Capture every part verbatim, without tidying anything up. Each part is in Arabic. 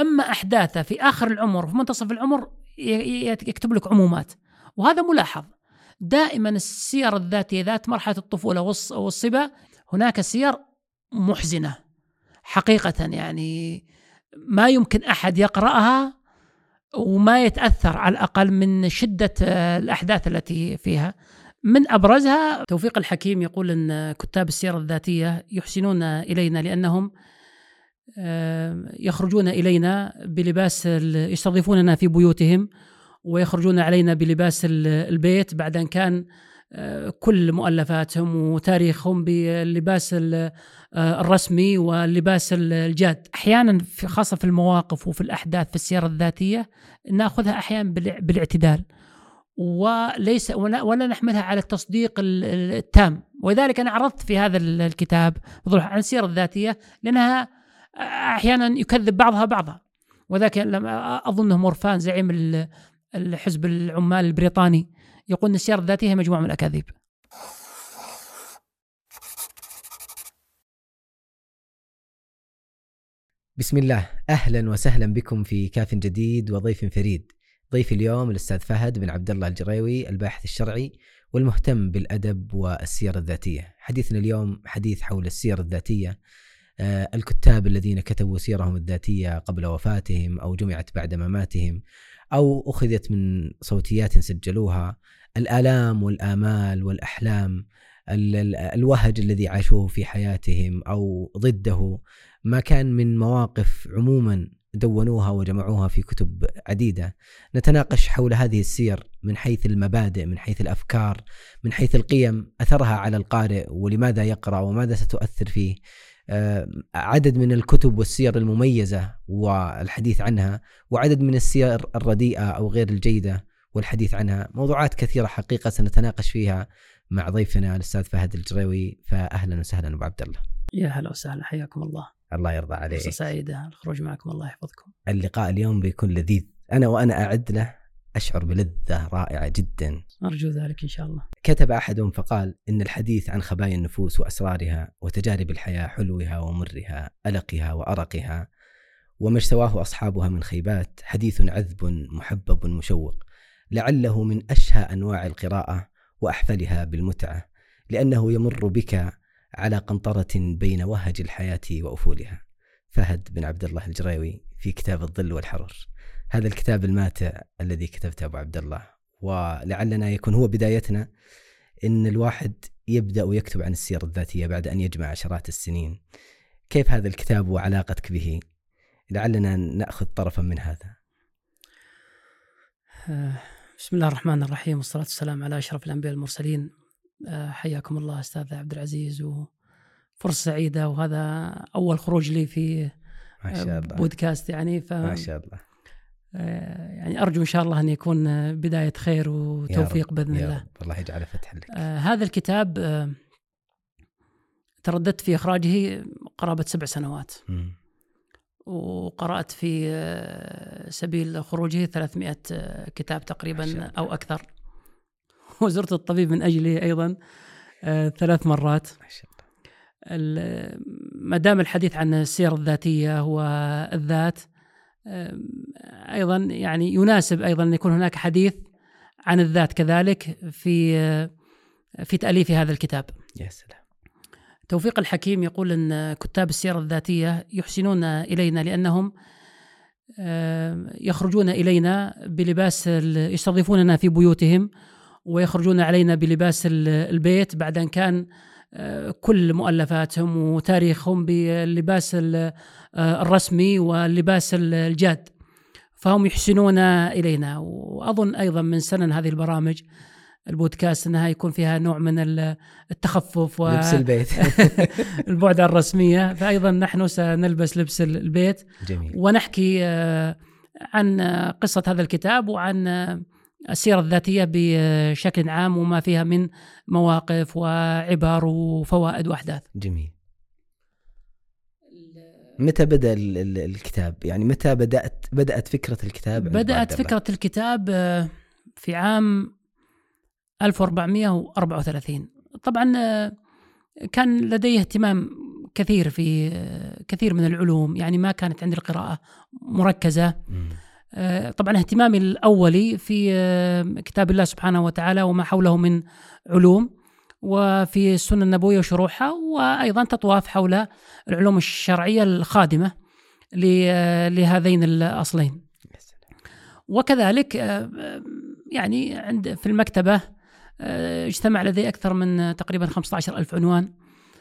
أما أحداثه في آخر العمر في منتصف العمر يكتب لك عمومات. وهذا ملاحظ دائما السير الذاتية ذات مرحلة الطفولة والصبا هناك سير محزنة حقيقة، يعني ما يمكن أحد يقرأها وما يتأثر على الأقل من شدة الأحداث التي فيها. من أبرزها توفيق الحكيم يقول أن كتاب السير الذاتية يحسنون إلينا لأنهم يخرجون إلينا بلباس يستضيفوننا في بيوتهم ويخرجون علينا بلباس البيت بعد أن كان كل مؤلفاتهم وتاريخهم باللباس الرسمي واللباس الجاد. أحيانا في خاصة في المواقف وفي الأحداث في السيرة الذاتية نأخذها أحيانا بالاعتدال وليس ولا نحملها على التصديق التام. ولذلك أنا عرضت في هذا الكتاب بوضوح عن السيرة الذاتية لأنها أحيانا يكذب بعضها بعضا. وذاك لما أظنه مورفان زعيم الحزب العمال البريطاني يقول أن السيرة الذاتية هي مجموعة من الأكاذيب. بسم الله، أهلا وسهلا بكم في كاف جديد وضيف فريد. ضيف اليوم الأستاذ فهد بن عبد الله الجريوي، الباحث الشرعي والمهتم بالأدب والسيرة الذاتية. حديثنا اليوم حديث حول السيرة الذاتية، آه الكتاب الذين كتبوا سيرهم الذاتية قبل وفاتهم أو جمعت بعد مماتهم أو أخذت من صوتيات سجلوها، الآلام والآمال والأحلام، الوهج الذي عاشوه في حياتهم أو ضده، ما كان من مواقف عموما دونوها وجمعوها في كتب عديدة. نتناقش حول هذه السير من حيث المبادئ، من حيث الأفكار، من حيث القيم، أثرها على القارئ ولماذا يقرأ وماذا ستؤثر فيه. عدد من الكتب والسير المميزة والحديث عنها، وعدد من السير الرديئة أو غير الجيدة والحديث عنها. موضوعات كثيرة حقيقة سنتناقش فيها مع ضيفنا الأستاذ فهد الجريوي. فأهلا وسهلا أبو عبد الله. يا هلا وسهلا، حياكم الله. الله يرضى عليك. فرصة سعيدة الخروج معكم، الله يحفظكم. اللقاء اليوم بيكون لذيذ، أنا وأنا أعد له أشعر بلذة رائعة جدا، أرجو ذلك إن شاء الله. كتب أحدهم فقال إن الحديث عن خبايا النفوس وأسرارها وتجارب الحياة، حلوها ومرها، ألقها وأرقها، وما اجتواه أصحابها من خيبات، حديث عذب محبب مشوق، لعله من أشهى أنواع القراءة وأحفلها بالمتعة، لأنه يمر بك على قنطرة بين وهج الحياة وأفولها. فهد بن عبد الله الجريوي في كتاب الظل والحرر، هذا الكتاب الماتع الذي كتبته أبو عبد الله، ولعلنا يكون هو بدايتنا إن الواحد يبدأ ويكتب عن السيرة الذاتية بعد أن يجمع عشرات السنين. كيف هذا الكتاب وعلاقتك به؟ لعلنا نأخذ طرفا من هذا. بسم الله الرحمن الرحيم، والصلاة والسلام على أشرف الأنبياء المرسلين. حياكم الله أستاذ عبد العزيز، وفرصة سعيدة، وهذا أول خروج لي في ما شاء الله بودكاست يعني ف... ما شاء الله. يعني أرجو إن شاء الله أن يكون بداية خير وتوفيق بإذن الله. رب. الله يجعله فتح لك. آه هذا الكتاب آه ترددت في إخراجه قرابة سبع سنوات م. وقرأت في آه سبيل خروجه ثلاثمائة آه كتاب تقريبا أو أكثر، وزرت الطبيب من أجله أيضا آه ثلاث مرات. ما شاء الله. ما دام الحديث عن السيرة الذاتية والذات، أيضا يعني يناسب أيضا أن يكون هناك حديث عن الذات كذلك في في تأليف هذا الكتاب. يا سلام. توفيق الحكيم يقول أن كتاب السيرة الذاتية يحسنون إلينا لأنهم يخرجون إلينا بلباس يستضيفوننا في بيوتهم ويخرجون علينا بلباس البيت بعد أن كان كل مؤلفاتهم وتاريخهم باللباس الرسمي واللباس الجاد، فهم يحسنون إلينا. وأظن أيضا من سنن هذه البرامج البودكاست أنها يكون فيها نوع من التخفف ولبس البيت البعد الرسمية، فأيضا نحن سنلبس لبس البيت. جميل. ونحكي عن قصة هذا الكتاب وعن السيرة الذاتية بشكل عام وما فيها من مواقف وعبار وفوائد وأحداث. جميل. متى بدأ الكتاب؟ يعني متى بدأت بدأت فكرة الكتاب؟ بدأت فكرة الكتاب في عام ألف وأربعمائة وأربعة وثلاثين. طبعا كان لدي اهتمام كثير في كثير من العلوم، يعني ما كانت عندي القراءة مركزة. طبعا اهتمامي الأولي في كتاب الله سبحانه وتعالى وما حوله من علوم، وفي السنة النبوية وشروحها، وأيضا تطواف حول العلوم الشرعية الخادمة لهذين الأصلين. وكذلك يعني عند في المكتبة اجتمع لدي أكثر من تقريبا خمسة عشر ألف عنوان،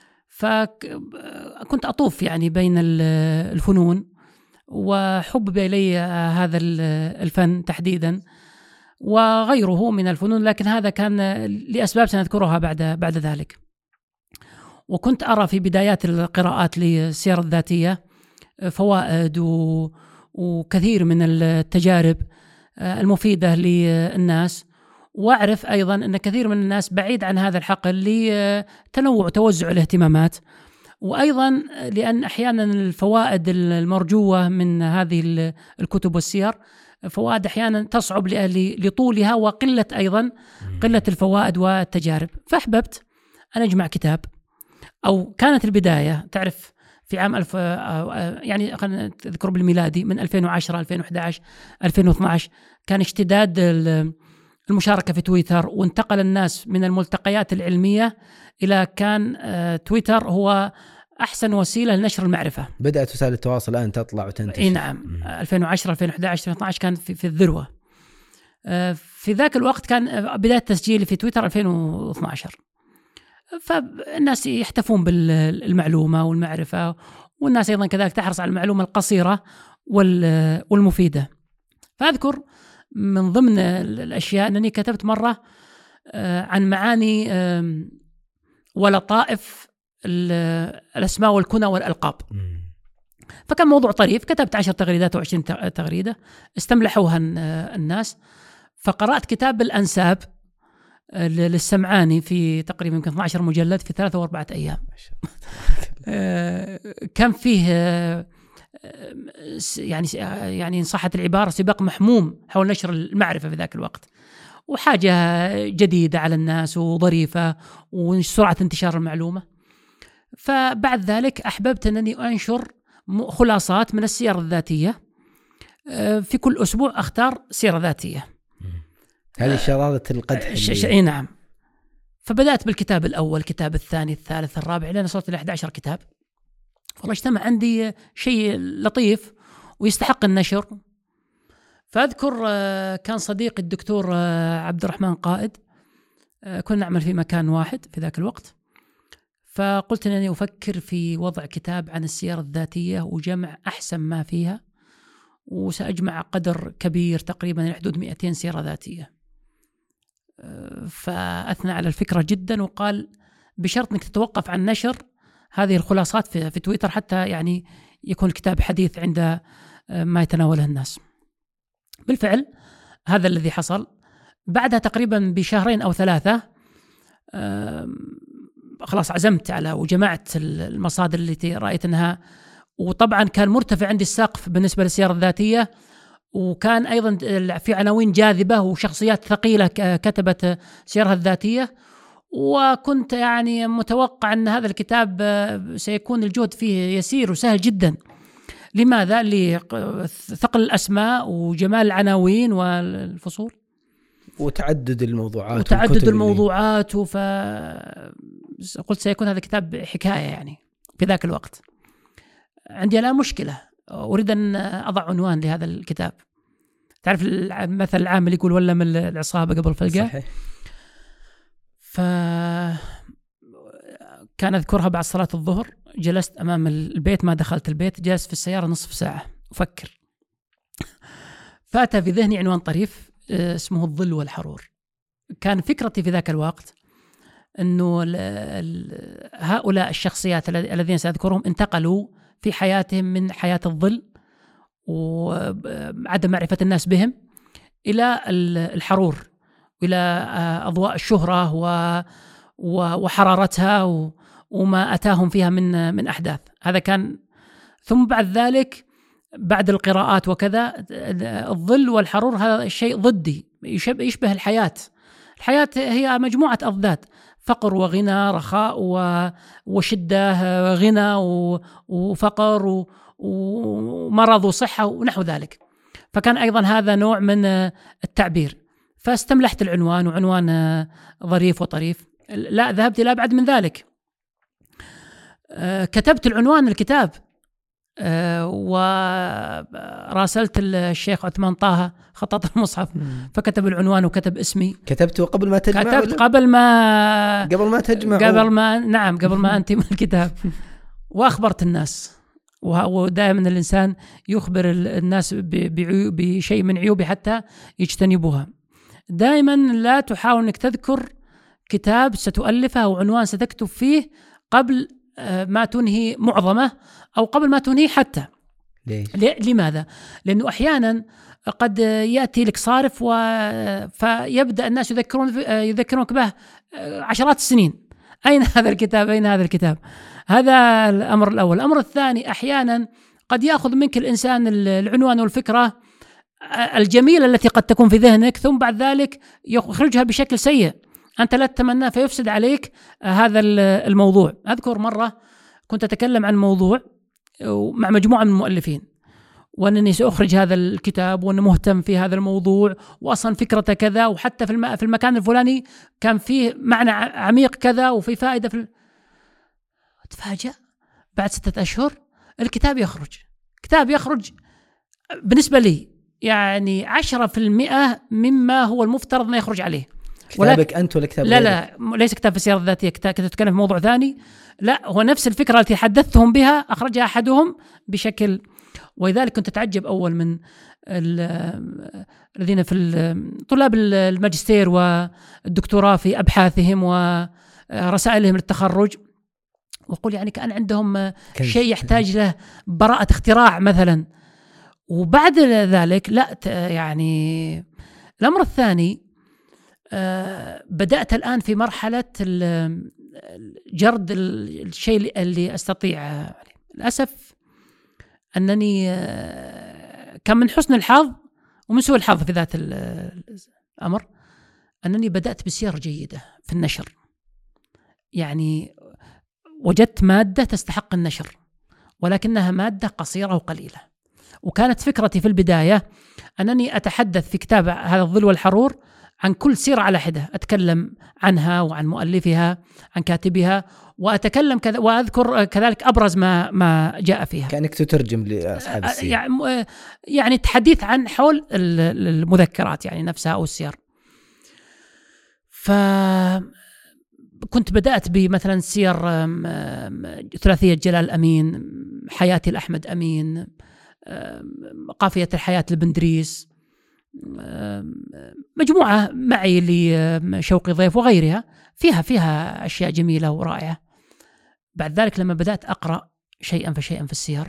فكنت أطوف يعني بين الفنون، وحبب إلي هذا الفن تحديدا وغيره من الفنون، لكن هذا كان لأسباب سنذكرها بعد بعد ذلك. وكنت أرى في بدايات القراءات للسير الذاتية فوائد وكثير من التجارب المفيدة للناس، وأعرف أيضا أن كثير من الناس بعيد عن هذا الحقل لتنوع وتوزع الاهتمامات، وأيضا لأن أحيانا الفوائد المرجوة من هذه الكتب والسير فوائد أحيانا تصعب لطولها وقلة أيضا قلة الفوائد والتجارب. فأحببت أن أجمع كتاب، أو كانت البداية تعرف في عام ألف يعني خلينا نذكر بالميلادي من ألفين وعشرة ألفين وأحد عشر ألفين واثني عشر كان اشتداد المشاركة في تويتر، وانتقل الناس من الملتقيات العلمية إلى كان تويتر هو أحسن وسيلة لنشر المعرفة. بدأت وسائل التواصل الآن تطلع وتنتشر. إيه نعم، ألفين وعشرة ألفين وأحد عشر ألفين واثني عشر كان في, في الذروة. في ذاك الوقت كان بداية تسجيلي في تويتر ألفين واثني عشر، فالناس يحتفون بالمعلومة والمعرفة، والناس أيضا كذلك تحرص على المعلومة القصيرة والمفيدة. فأذكر من ضمن الأشياء أنني كتبت مرة عن معاني ولطائف الأسماء والكنى والألقاب، فكان موضوع طريف. كتبت عشر تغريدات وعشرين تغريدة استملحوها الناس. فقرأت كتاب الأنساب للسمعاني في تقريبا يمكن اثني عشر مجلد في ثلاثة وأربعة أيام. كان فيه يعني يعني إن صحت العبارة سباق محموم حول نشر المعرفة في ذاك الوقت، وحاجة جديدة على الناس وظريفة وسرعة انتشار المعلومة. فبعد ذلك أحببت أنني أنشر خلاصات من السير الذاتية، في كل أسبوع أختار سيرة ذاتية. هذه شرارة القدح. شيء نعم. فبدأت بالكتاب الأول، الكتاب الثاني، الثالث، الرابع، لأن وصلت إلى أحد عشر كتاب. والله اجتمع عندي شيء لطيف ويستحق النشر. فأذكر كان صديقي الدكتور عبد الرحمن قائد، كنا نعمل في مكان واحد في ذاك الوقت، فقلت أنني أفكر في وضع كتاب عن السيرة الذاتية وجمع أحسن ما فيها، وسأجمع قدر كبير تقريبا يحدود مئتين سيرة ذاتية. فأثنى على الفكرة جدا، وقال بشرط أنك تتوقف عن نشر هذه الخلاصات في, في تويتر حتى يعني يكون الكتاب حديث عند ما يتناوله الناس. بالفعل هذا الذي حصل. بعدها تقريبا بشهرين أو ثلاثة خلاص عزمت على وجمعت المصادر التي رأيت أنها، وطبعا كان مرتفع عندي السقف بالنسبة للسيرة الذاتية، وكان أيضا في عناوين جاذبة وشخصيات ثقيلة كتبت سيرها الذاتية، وكنت يعني متوقع أن هذا الكتاب سيكون الجهد فيه يسير وسهل جدا. لماذا؟ لثقل الأسماء وجمال العناوين والفصول وتعدد الموضوعات وتعدد الموضوعات ف... قلت سيكون هذا الكتاب حكاية يعني في ذاك الوقت. عندي الآن مشكلة، أريد أن أضع عنوان لهذا الكتاب. تعرف المثل العام اللي يقول ولا من العصابة قبل فلقة؟ صحيح. فكان أذكرها بعد صلاة الظهر، جلست أمام البيت، ما دخلت البيت، جلست في السيارة نصف ساعة أفكر. فأتى في ذهني عنوان طريف اسمه الظل والحرور. كان فكرتي في ذاك الوقت أنه هؤلاء الشخصيات الذين سأذكرهم انتقلوا في حياتهم من حياة الظل وعدم معرفة الناس بهم إلى الحرور، إلى أضواء الشهرة وحرارتها وما أتاهم فيها من من أحداث. هذا كان. ثم بعد ذلك بعد القراءات وكذا، الظل والحرور هذا الشيء ضدي، يشبه الحياة. الحياة هي مجموعة أضداد، فقر وغنى، رخاء وشدة، غنى وفقر ومرض وصحة ونحو ذلك. فكان أيضا هذا نوع من التعبير. فاستملحت العنوان، وعنوان ظريف وطريف. لا، ذهبت إلى أبعد من ذلك، كتبت العنوان الكتاب، وراسلت الشيخ عثمان طه خطاط المصحف فكتب العنوان وكتب اسمي. كتبته قبل ما تجمع؟ كتبت قبل ما قبل ما تجمع قبل ما نعم قبل ما أنتي من الكتاب. وأخبرت الناس، ودائما الإنسان يخبر الناس بشيء من عيوبه حتى يجتنبوها. دائما لا تحاول أنك تذكر كتاب ستؤلفه أو عنوان ستكتب فيه قبل ما تنهي معظمه أو قبل ما تنهي حتى. ليش؟ لماذا؟ لأنه أحيانا قد يأتي لك صارف و... فيبدأ الناس يذكرون يذكرونك به عشرات السنين. أين هذا الكتاب؟ أين هذا الكتاب؟ هذا الأمر الأول. الأمر الثاني، أحيانا قد يأخذ منك الإنسان العنوان والفكرة الجميلة التي قد تكون في ذهنك، ثم بعد ذلك يخرجها بشكل سيء أنت لا تتمناه، فيفسد عليك هذا الموضوع. أذكر مرة كنت أتكلم عن موضوع مع مجموعة من المؤلفين، وأنني سأخرج هذا الكتاب، وأنه مهتم في هذا الموضوع، وأصلا فكرته كذا، وحتى في في المكان الفلاني كان فيه معنى عميق كذا وفي فائدة في ال... تفاجأ بعد ستة أشهر الكتاب يخرج. كتاب يخرج بالنسبة لي يعني عشرة في المئة مما هو المفترض أن يخرج عليه. كتابك أنت ولا كتاب؟ لا لا ليس كتاب في السيرة الذاتية، كتاب كنت أتكلم في موضوع ثاني. لا، هو نفس الفكرة التي حدثتهم بها أخرجها أحدهم بشكل. ولذلك كنت أتعجب أول من الذين في طلاب الماجستير والدكتوراه في أبحاثهم ورسائلهم للتخرج، وقل يعني كأن عندهم شيء يحتاج له براءة اختراع مثلا. وبعد ذلك لا يعني. الأمر الثاني، أه بدأت الآن في مرحلة جرد الشيء اللي أستطيع. للأسف أنني أه كان من حسن الحظ ومن سوء الحظ في ذات الأمر أنني بدأت بسيرة جيدة في النشر. يعني وجدت مادة تستحق النشر، ولكنها مادة قصيرة وقليلة. وكانت فكرتي في البداية أنني أتحدث في كتاب هذا الظل والحرور عن كل سيرة على حدة، أتكلم عنها وعن مؤلفها، عن كاتبها، وأتكلم كذا وأذكر كذلك أبرز ما ما جاء فيها. كأنك تترجم لأصحاب السير، يعني يعني تحديث عن حول المذكرات يعني نفسها أو السير. فكنت بدأت بمثلا سير ثلاثية جلال أمين، حياتي الأحمد أمين، قافية الحياة لبندريس، مجموعة معي لشوقي ضيف وغيرها، فيها فيها أشياء جميلة ورائعة. بعد ذلك لما بدأت أقرأ شيئا فشيئا في السير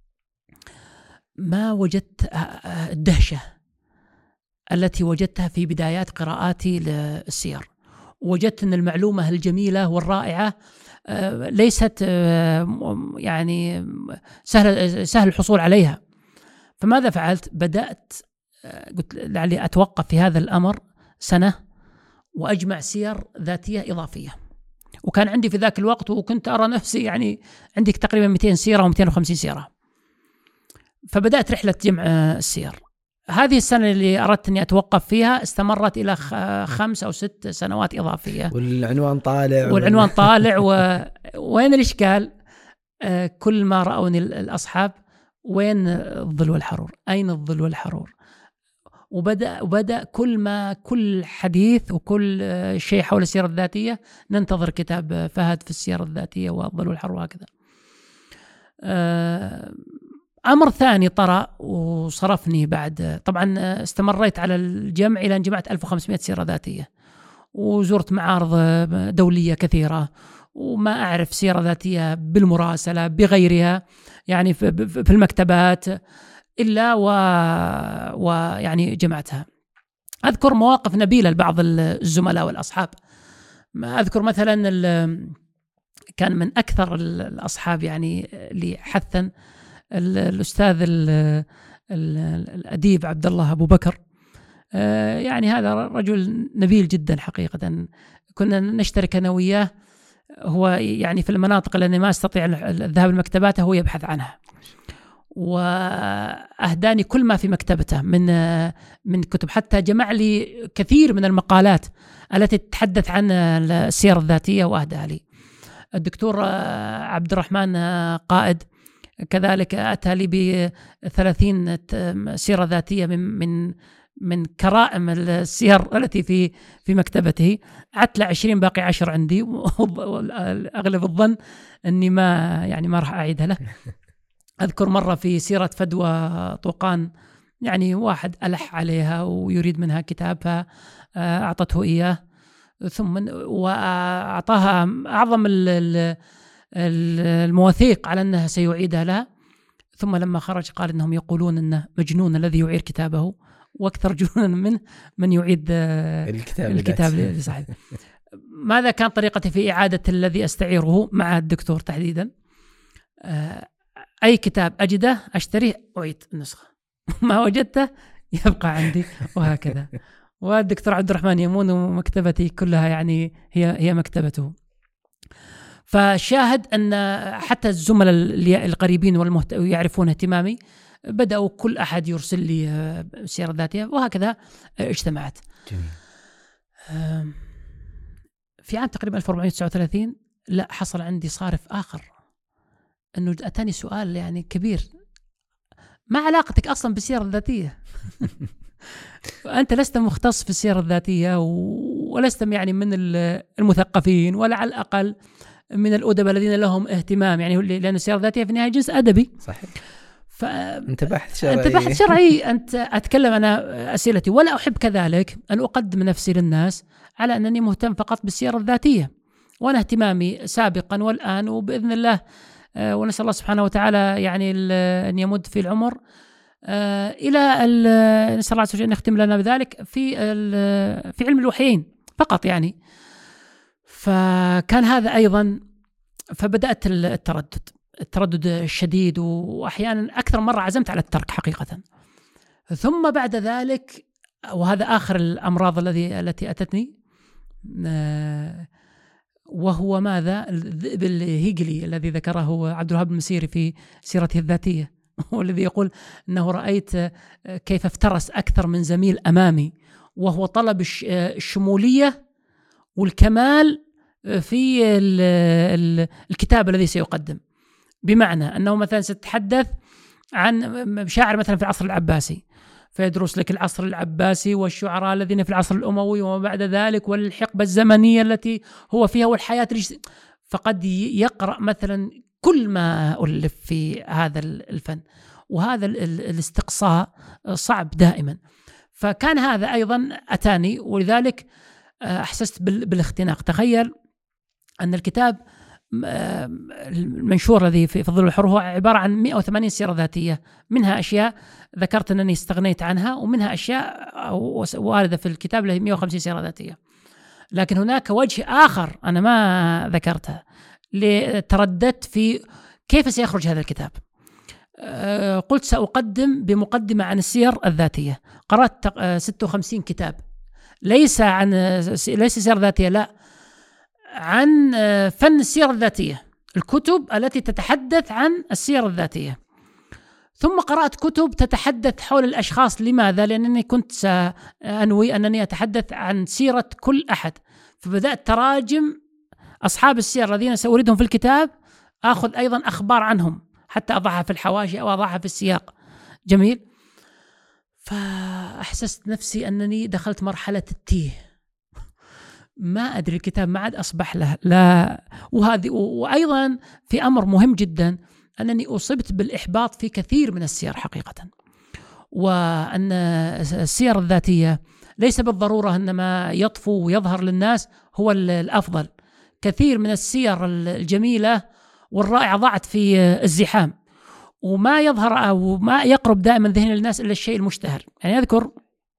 ما وجدت الدهشة التي وجدتها في بدايات قراءاتي للسير. وجدت أن المعلومة الجميلة والرائعة ليست يعني سهل سهل الحصول عليها. فماذا فعلت؟ بدأت قلت لعلي أتوقف في هذا الأمر سنة وأجمع سير ذاتية إضافية. وكان عندي في ذاك الوقت وكنت أرى نفسي يعني عندي تقريبا مئتين سيرة ومئتين وخمسين سيرة. فبدأت رحلة جمع السير. هذه السنة اللي أردت أني أتوقف فيها استمرت إلى خمس أو ست سنوات إضافية. والعنوان طالع والعنوان طالع و... وين الإشكال؟ آه كل ما رأوني الأصحاب وين الظل والحرور؟ أين الظل والحرور؟ وبدأ وبدأ كل ما كل حديث وكل شيء حول السيرة الذاتية ننتظر كتاب فهد في السيرة الذاتية والظل والحرور وهكذا. آه أمر ثاني طرأ وصرفني بعد، طبعا استمريت على الجمع إلى أن جمعت ألف وخمسمائة سيرة ذاتية، وزرت معارض دولية كثيرة، وما أعرف سيرة ذاتية بالمراسلة بغيرها يعني في المكتبات إلا و... ويعني جمعتها. أذكر مواقف نبيلة لبعض الزملاء والأصحاب. ما أذكر مثلا ال... كان من أكثر الأصحاب يعني اللي حثا الأستاذ ال... ال... الأديب عبد الله أبو بكر. يعني هذا رجل نبيل جدا حقيقة. كنا نشترك أنا وياه، هو يعني في المناطق اللي ما استطيع الذهاب لمكتباته هو يبحث عنها، وأهداني كل ما في مكتبته من من كتب، حتى جمع لي كثير من المقالات التي تتحدث عن السير الذاتية وأهداها لي. الدكتور عبد الرحمن قائد كذلك أتى لي بثلاثين سيرة ذاتية من من من كرائم السير التي في في مكتبته. عتلة عشرين باقي عشر عندي، وأغلب الظن أني ما يعني ما راح أعيدها له. أذكر مرة في سيرة فدوى طوقان، يعني واحد ألح عليها ويريد منها كتاب فأعطته إياه، ثم وأعطاها أعظم المواثيق على أنها سيعيدها لها، ثم لما خرج قال إنهم يقولون أنه مجنون الذي يعير كتابه، وأكثر جنونا منه من يعيد الكتاب, الكتاب لصاحبه. ماذا كان طريقتي في إعادة الذي أستعيره مع الدكتور تحديدا؟ أي كتاب أجده أشتريه أعيد النسخة، ما وجدته يبقى عندي، وهكذا. والدكتور عبد الرحمن يمون ومكتبتي كلها يعني هي هي مكتبته. فشاهد أن حتى الزملاء القريبين والمهت... يعرفون اهتمامي، بدأوا كل أحد يرسل لي سيرة ذاتية، وهكذا اجتمعت. جميل. في عام تقريبا ألف وأربعمائة وتسعة وثلاثين لا حصل عندي صارف آخر، أنه أتاني سؤال يعني كبير: ما علاقتك أصلا بالسيرة الذاتية؟ أنت لست مختص في السيرة الذاتية، ولست يعني من المثقفين، ولا على الأقل من الأدباء الذين لهم اهتمام، يعني لأن السيرة الذاتية في النهاية جزء أدبي. صحيح. فأنت بحث شرعي. أنت بحث شرعي. أنت أتكلم أنا أسئلتي، ولا أحب كذلك أن أقدم نفسي للناس على أنني مهتم فقط بالسيرة الذاتية، وأنا اهتمامي سابقا والآن وبإذن الله، ونسأل الله سبحانه وتعالى يعني أن يمد في العمر إلى نسأل الله عز وجل أن يختم لنا بذلك في في علم الوحيين فقط يعني. فكان هذا أيضا، فبدأت التردد التردد الشديد، وأحيانا أكثر مرة عزمت على الترك حقيقة. ثم بعد ذلك، وهذا آخر الأمراض الذي التي أتتني، وهو ماذا؟ الذئب الهيجلي الذي ذكره عبد الوهاب المسيري في سيرته الذاتية، والذي يقول أنه رأيت كيف افترس أكثر من زميل أمامي، وهو طلب الشمولية والكمال في الكتاب الذي سيقدم. بمعنى أنه مثلا ستتحدث عن شاعر مثلا في العصر العباسي، فيدرس لك العصر العباسي والشعراء الذين في العصر الأموي وما بعد ذلك، والحقبة الزمنية التي هو فيها، والحياة، فقد يقرأ مثلا كل ما ألف في هذا الفن، وهذا الاستقصاء صعب دائما. فكان هذا أيضا أتاني، ولذلك أحسست بالاختناق. تخيل أن الكتاب المنشور الذي في ظل الحروف هو عبارة عن مئة وثمانين سيرة ذاتية، منها أشياء ذكرت أنني استغنيت عنها، ومنها أشياء واردة في الكتاب له مئة وخمسين سيرة ذاتية. لكن هناك وجه آخر أنا ما ذكرتها، ترددت في كيف سيخرج هذا الكتاب. قلت سأقدم بمقدمة عن السير الذاتية. قرأت ستة وخمسين كتاب، ليس عن ليس سير ذاتية، لا، عن فن السيرة الذاتية، الكتب التي تتحدث عن السيرة الذاتية. ثم قرأت كتب تتحدث حول الأشخاص. لماذا؟ لأنني كنت سأنوي أنني أتحدث عن سيرة كل أحد، فبدأت تراجم أصحاب السير الذين سأوردهم في الكتاب، أخذ أيضا أخبار عنهم حتى أضعها في الحواشي أو أضعها في السياق. جميل. فأحسست نفسي أنني دخلت مرحلة التيه، ما أدري الكتاب ما عاد أصبح له لا. وهذه وأيضا في أمر مهم جدا، أنني أصبت بالإحباط في كثير من السير حقيقة، وأن السير الذاتية ليس بالضرورة أن ما يطفو ويظهر للناس هو الأفضل. كثير من السير الجميلة والرائعة ضاعت في الزحام، وما يظهر أو ما يقرب دائما ذهن الناس إلا الشيء المشتهر. يعني أذكر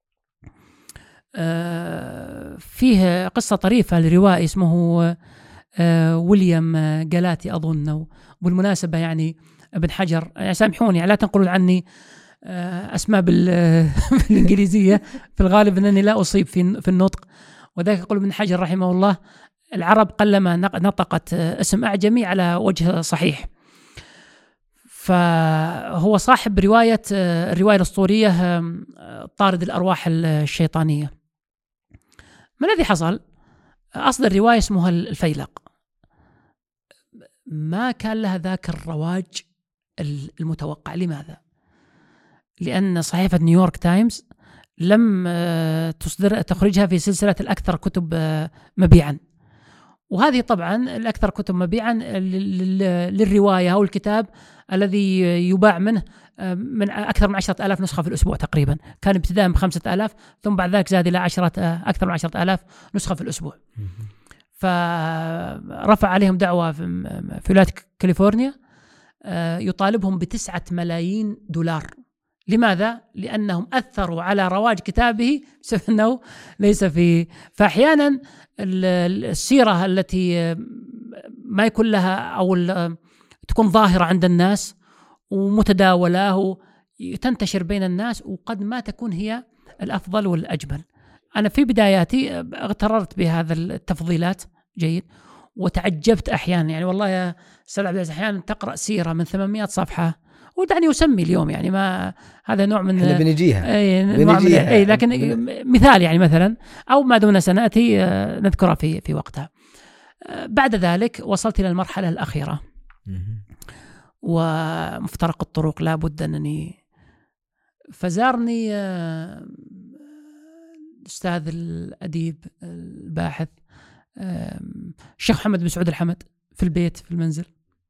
فيه قصة طريفة لروائي اسمه ويليام جالاتي أظن، بالمناسبة يعني ابن حجر، يعني سامحوني لا تنقلوا عني أسماء بالإنجليزية، في الغالب أنني لا أصيب في في النطق، وذلك يقول ابن حجر رحمه الله العرب قلما نطقت اسم أعجمي على وجه صحيح. فهو صاحب رواية الرواية الأسطورية طارد الأرواح الشيطانية. ما الذي حصل؟ أصدر رواية اسمها الفيلق، ما كان لها ذاك الرواج المتوقع. لماذا؟ لأن صحيفة نيويورك تايمز لم تصدر تخرجها في سلسلة الأكثر كتب مبيعا، وهذه طبعا الأكثر كتب مبيعا للرواية أو الكتاب الذي يباع منه من أكثر من عشرة آلاف نسخة في الأسبوع تقريبا. كان ابتداء بخمسة آلاف ثم بعد ذلك زاد إلى عشرة أكثر من عشرة آلاف نسخة في الأسبوع. فرفع عليهم دعوة في ولاية كاليفورنيا يطالبهم بتسعة ملايين دولار. لماذا؟ لأنهم أثروا على رواج كتابه بسبب أنه ليس في. فأحيانا السيرة التي ما يكون لها أو تكون ظاهرة عند الناس ومتداولة وتنتشر بين الناس وقد ما تكون هي الأفضل والأجمل. أنا في بداياتي اغتررت بهذا التفضيلات جيد وتعجبت أحيانا، يعني والله يا أستاذ عبد العزيز أحيانا تقرأ سيرة من ثمانمائة صفحة ودعني أسمي اليوم، يعني ما هذا نوع من احنا بنجيها أي بنجيها أي لكن بن... مثال يعني مثلا أو ما دون سنأتي نذكرها في في وقتها. بعد ذلك وصلت إلى المرحلة الأخيرة ومفترق الطرق لا بد أنني. فزارني الأستاذ الأديب الباحث الشيخ محمد بن سعود الحمد في البيت في المنزل،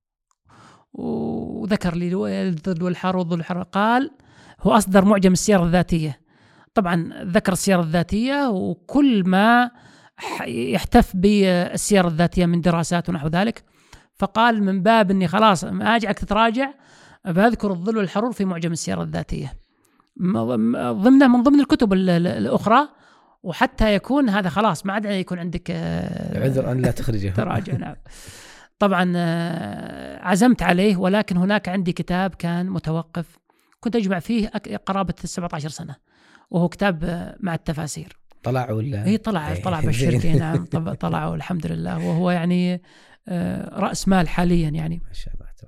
وذكر لي الظل والحر والظل والحر. قال هو أصدر معجم السيرة الذاتية، طبعا ذكر السيرة الذاتية وكل ما يحتف بالسيرة الذاتية من دراسات ونحو ذلك. فقال من باب أني خلاص ما أجعك تتراجع فأذكر الظل والحرور في معجم السيرة الذاتية ضمنه من ضمن الكتب الأخرى، وحتى يكون هذا خلاص ما عاد يكون عندك عذر أن لا تخرجه تراجع. نعم طبعا عزمت عليه، ولكن هناك عندي كتاب كان متوقف كنت أجمع فيه قرابة سبعة عشر سنة، وهو كتاب مع التفاسير. طلع ولا؟ إيه طلع طلع بالشركة. نعم طلع والحمد لله، وهو يعني رأس مال حاليا يعني ما شاء الله.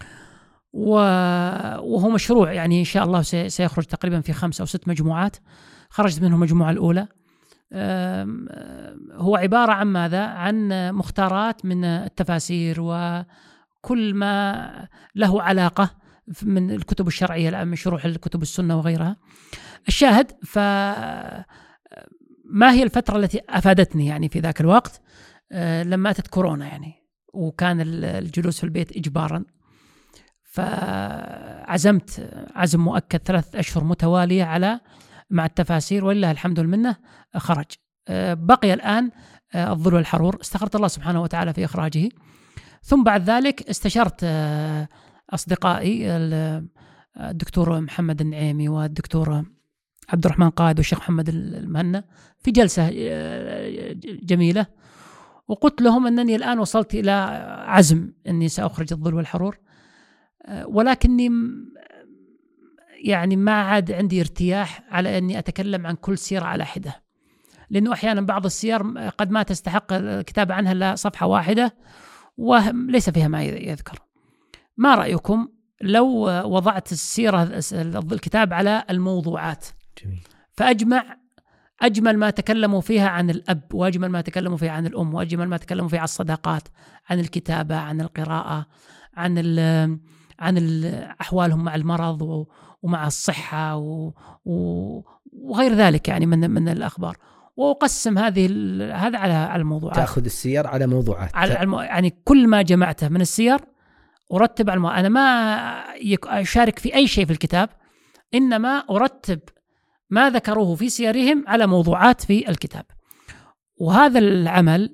وهو مشروع يعني إن شاء الله سيخرج تقريبا في خمس أو ست مجموعات. خرجت منه المجموعة الأولى، هو عبارة عن ماذا؟ عن مختارات من التفاسير وكل ما له علاقة من الكتب الشرعية من شروح الكتب السنة وغيرها. الشاهد، فما هي الفترة التي أفادتني يعني في ذاك الوقت؟ لما أتت كورونا يعني وكان الجلوس في البيت إجباراً، فعزمت عزم مؤكد ثلاث أشهر متوالية على مع التفاسير، ولله الحمد والمنة خرج. بقي الآن الظل والحرور، استخرت الله سبحانه وتعالى في إخراجه. ثم بعد ذلك استشرت أصدقائي الدكتور محمد النعيمي والدكتور عبد الرحمن قائد والشيخ محمد المهنا في جلسة جميلة، وقلت لهم أنني الآن وصلت إلى عزم أني سأخرج الظل والحرور، ولكني يعني ما عاد عندي ارتياح على أني أتكلم عن كل سيرة على حدة، لأنه أحيانا بعض السير قد ما تستحق الكتابة عنها إلا صفحة واحدة وليس فيها ما يذكر. ما رأيكم لو وضعت السيرة الكتاب على الموضوعات؟ جميل. فأجمع أجمل ما تكلموا فيها عن الأب، وأجمل ما تكلموا فيها عن الأم، وأجمل ما تكلموا فيها عن الصداقات، عن الكتابة، عن القراءة، عن ال عن أحوالهم مع المرض ومع الصحة وغير ذلك يعني من من الأخبار. وأقسم هذه هذا على على الموضوعات. تأخذ السير على موضوعات، على الم... يعني كل ما جمعته من السير أرتب على المو... أنا ما أشارك في أي شيء في الكتاب، إنما أرتب ما ذكروه في سيرهم على موضوعات في الكتاب. وهذا العمل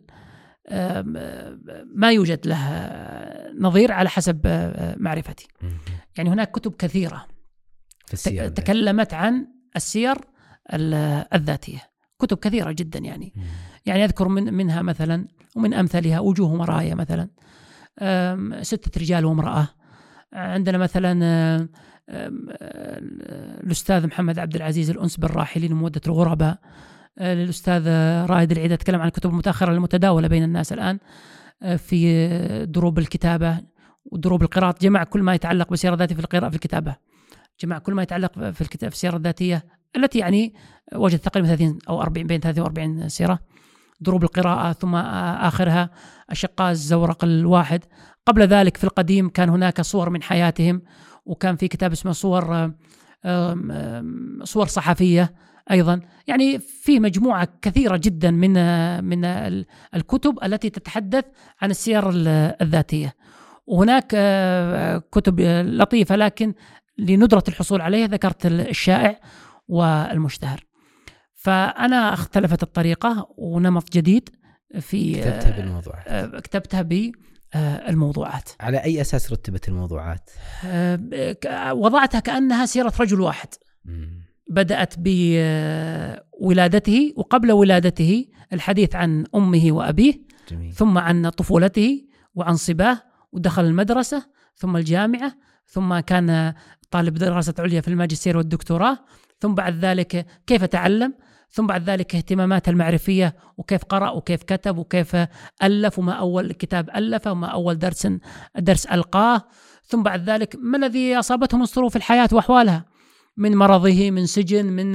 ما يوجد له نظير على حسب معرفتي. يعني هناك كتب كثيرة تكلمت عن السير الذاتية، كتب كثيرة جدا يعني. يعني أذكر من منها مثلا ومن أمثالها وجوه مرايا مثلا، ستة رجال وامرأة. عندنا مثلا الأستاذ محمد عبد العزيز الأنس بالراحلين ومودة الغرباء، للأستاذ رائد العيد، أتكلم عن الكتب المتأخرة المتداولة بين الناس الآن في دروب الكتابة ودروب القراءة. جمع كل ما يتعلق بالسيرة الذاتية في القراءة في الكتابة، جمع كل ما يتعلق في الكتاب في السيرة الذاتية التي يعني وجد تقريبا ثلاثين أو أربعين بين ثلاثين وأربعين سيرة. دروب القراءة، ثم آخرها أشقاء الزورق الواحد. قبل ذلك في القديم كان هناك صور من حياتهم، وكان في كتاب اسمه صور صور صحفية أيضا. يعني في مجموعة كثيرة جدا من من الكتب التي تتحدث عن السير الذاتية. وهناك كتب لطيفة لكن لندرة الحصول عليها ذكرت الشائع والمشتهر. فأنا اختلفت الطريقة ونمط جديد في كتبتها بالموضوعات. كتبتها بالموضوعات. على أي أساس رتبت الموضوعات؟ وضعتها كأنها سيرة رجل واحد. م. بدأت بولادته وقبل ولادته الحديث عن أمه وأبيه. جميل. ثم عن طفولته وعن صباه ودخل المدرسة ثم الجامعة، ثم كان طالب دراسة عليا في الماجستير والدكتوراه، ثم بعد ذلك كيف تعلم، ثم بعد ذلك اهتماماته المعرفية وكيف قرأ وكيف كتب وكيف ألف وما أول كتاب ألفه وما أول درس درس ألقاه، ثم بعد ذلك ما الذي أصابته من ظروف الحياة وأحوالها، من مرضه، من سجن، من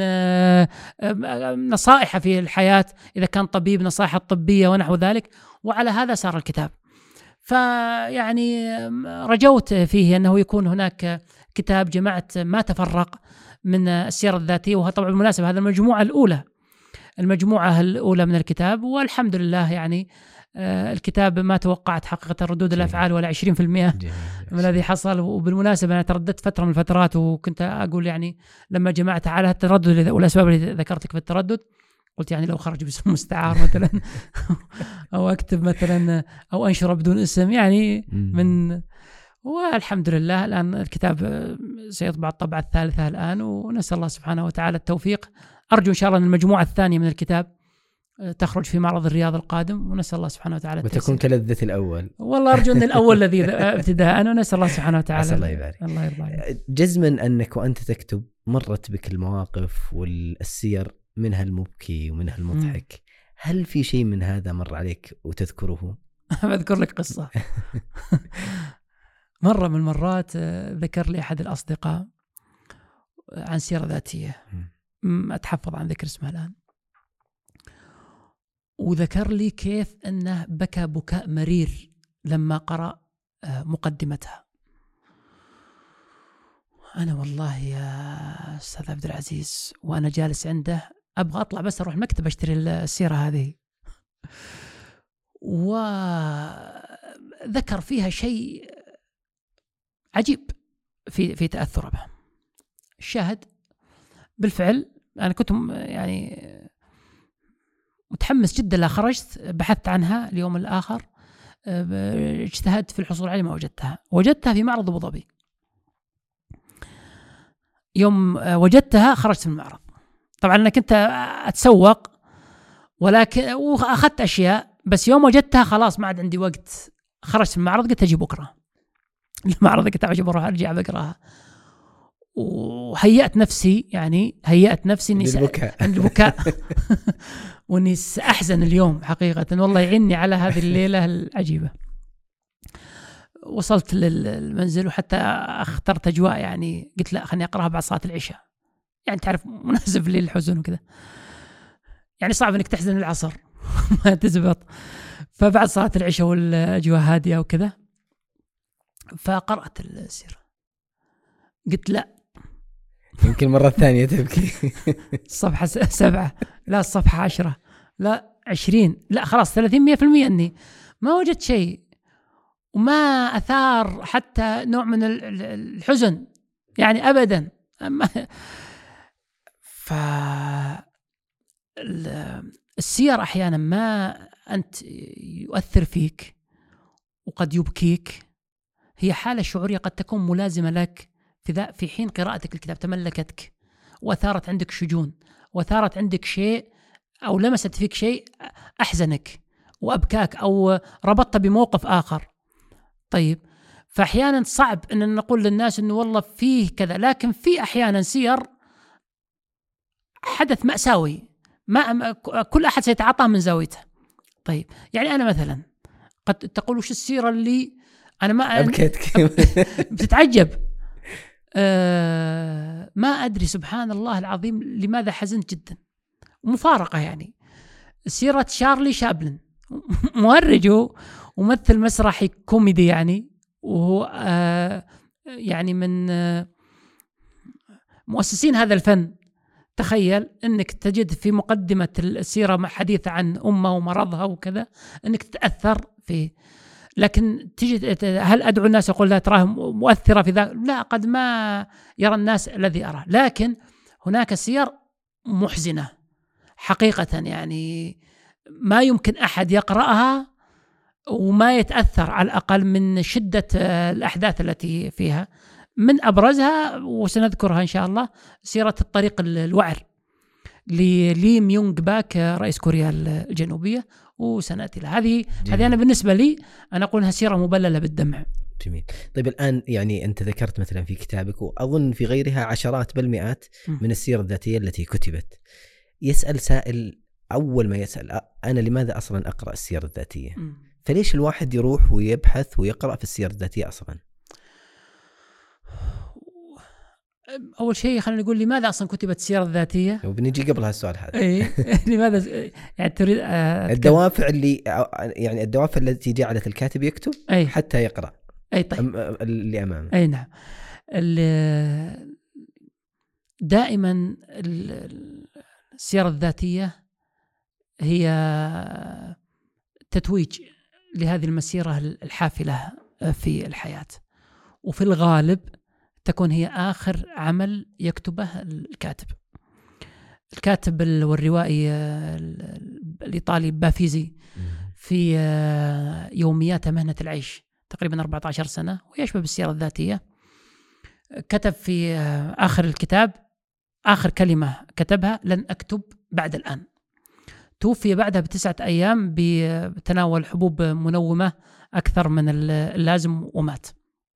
نصائح في الحياة إذا كان طبيب نصائح الطبية ونحو ذلك. وعلى هذا صار الكتاب. فيعني رجوت فيه أنه يكون هناك كتاب جمعت ما تفرق من السيرة الذاتية. وهو طبعا بالمناسبة هذا المجموعة الأولى المجموعة الأولى من الكتاب، والحمد لله يعني الكتاب ما توقعت حقيقة ردود الأفعال ولا عشرين بالمئة من الذي حصل. وبالمناسبة أنا ترددت فترة من الفترات وكنت أقول يعني لما جمعت على التردد والأسباب اللي ذكرت لك في التردد، قلت يعني لو خرج باسم مستعار مثلا أو أكتب مثلا أو أنشر بدون اسم يعني من. والحمد لله الآن الكتاب سيطبع الطبعة الثالثة الآن، ونسأل الله سبحانه وتعالى التوفيق. أرجو إن شاء الله أن المجموعة الثانية من الكتاب تخرج في معرض الرياض القادم، ونسأل الله سبحانه وتعالى وتكون كلذة الأول. والله أرجو أن الأول الذي ابتداء، ونسأل الله سبحانه وتعالى الله يبارك. الله يرضى عليك. جزما أنك وأنت تكتب مرت بك المواقف والسير، منها المبكي ومنها المضحك. م. هل في شيء من هذا مر عليك وتذكره؟ بذكر لك قصة. مرة من المرات ذكر لي أحد الأصدقاء عن سيرة ذاتية، أتحفظ عن ذكر اسمها الآن، وذكر لي كيف أنه بكى بكاء مرير لما قرأ مقدمتها. أنا والله يا أستاذ عبد العزيز وأنا جالس عنده أبغى أطلع بس أروح المكتب أشتري السيرة هذه، وذكر فيها شيء عجيب في في تأثره به. الشاهد بالفعل أنا كنت يعني متحمس جدا، لا خرجت بحثت عنها اليوم الآخر، اجتهدت في الحصول عليها ما وجدتها. وجدتها في معرض أبو ظبي. يوم وجدتها خرجت من المعرض. طبعا أنا كنت أتسوق ولكن وأخذت أشياء، بس يوم وجدتها خلاص ما عاد عندي وقت. خرجت من المعرض قلت أجي بكرة المعرض، قلت أجي بروح أرجع بقراها. وهيأت نفسي يعني هيأت نفسي إني عند البكاء وإني سأحزن اليوم حقيقة. والله يعيني على هذه الليلة العجيبة. وصلت للمنزل وحتى اخترت أجواء يعني قلت لا خلني أقرأها بعد صلاة العشاء، يعني تعرف مناسب للحزن وكذا، يعني صعب إنك تحزن العصر ما تزبط. فبعد صلاة العشاء والأجواء هادية وكذا فقرأت السيرة، قلت لا يمكن مرة ثانية تبكي. الصفحة سبعة، لا الصفحة عشرة، لا عشرين، لا خلاص ثلاثين مية في المية أني ما وجدت شيء، وما أثار حتى نوع من الحزن يعني أبدا. فالسير أحيانا ما أنت يؤثر فيك وقد يبكيك، هي حالة شعورية قد تكون ملازمة لك في ذا في حين قراءتك الكتاب، تملكتك وأثارت عندك شجون، وأثارت عندك شيء أو لمست فيك شيء أحزنك وأبكاك أو ربطت بموقف آخر. طيب فأحيانا صعب أن نقول للناس أنه والله فيه كذا، لكن في أحيانا سير حدث مأساوي ما كل أحد سيتعاطى من زاويته. طيب يعني أنا مثلا قد تقول وش السيرة اللي أنا ما أبكيتك بتتعجب. أه ما أدري سبحان الله العظيم لماذا حزنت جدا. مفارقة يعني سيرة شارلي شابلن، مهرج وممثل مسرحي كوميدي يعني، وهو أه يعني من أه مؤسسين هذا الفن. تخيل أنك تجد في مقدمة السيرة حديث عن أمه ومرضها وكذا، أنك تتأثر فيه. لكن تجد هل أدعو الناس يقول لا تراه مؤثرة في ذلك؟ لا، قد ما يرى الناس الذي أراه. لكن هناك سير محزنة حقيقة، يعني ما يمكن أحد يقرأها وما يتأثر على الأقل من شدة الأحداث التي فيها. من أبرزها وسنذكرها إن شاء الله سيرة الطريق الوعر للي ميونغ باك رئيس كوريا الجنوبية، وسنأتي لها. هذه هذه أنا بالنسبة لي أنا أقولها سيرة مبللة بالدمع. جميل. طيب الآن يعني أنت ذكرت مثلا في كتابك وأظن في غيرها عشرات بل مئات من السيرة الذاتية التي كتبت. يسأل سائل أول ما يسأل أنا لماذا أصلا أقرأ السيرة الذاتية؟ م. فليش الواحد يروح ويبحث ويقرأ في السيرة الذاتية أصلا؟ أول شيء خلينا نقول لماذا أصلا كتبت السيرة الذاتية، وبنيجي قبل هالسؤال هذا. إيه لماذا يعني تريد الدوافع اللي يعني الدوافع التي جعلت الكاتب يكتب أي. حتى يقرأ. أي طيب. اللي أمامه. أي نعم. دائما السيرة الذاتية هي تتويج لهذه المسيرة الحافلة في الحياة، وفي الغالب تكون هي آخر عمل يكتبه الكاتب. الكاتب والروائي الإيطالي بافيزي في يوميات مهنة العيش تقريبا أربعة عشر سنة ويشبه بالسيرة الذاتية، كتب في آخر الكتاب آخر كلمة كتبها لن أكتب بعد الآن. توفي بعدها بتسعة أيام بتناول حبوب منومة أكثر من اللازم ومات.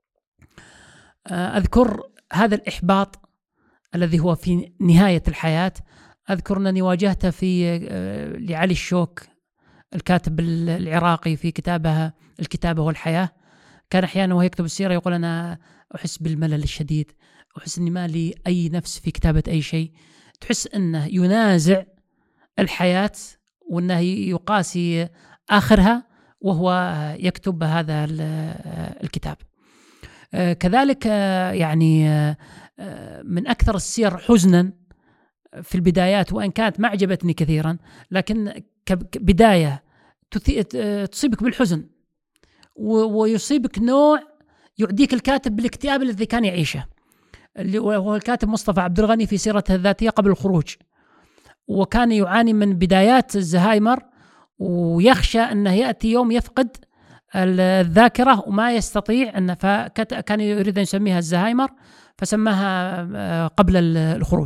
أذكر هذا الإحباط الذي هو في نهاية الحياة. أذكر أنني واجهته في لعلي الشوك الكاتب العراقي في كتابه الكتابة والحياة. كان أحيانا وهو يكتب السيرة يقول أنا أحس بالملل الشديد، أحس أني ما لي أي نفس في كتابة أي شيء. تحس أنه ينازع الحياة وأنه يقاسي آخرها وهو يكتب هذا الكتاب. كذلك يعني من أكثر السير حزنا في البدايات، وإن كانت ما عجبتني كثيرا، لكن كبداية تصيبك بالحزن ويصيبك نوع يعديك الكاتب بالاكتئاب الذي كان يعيشه، اللي هو الكاتب مصطفى عبد الغني في سيرته الذاتية قبل الخروج. وكان يعاني من بدايات الزهايمر ويخشى أنه يأتي يوم يفقد الذاكرة وما يستطيع أن فكان يريد أن يسميها الزهايمر فسماها قبل الخروج.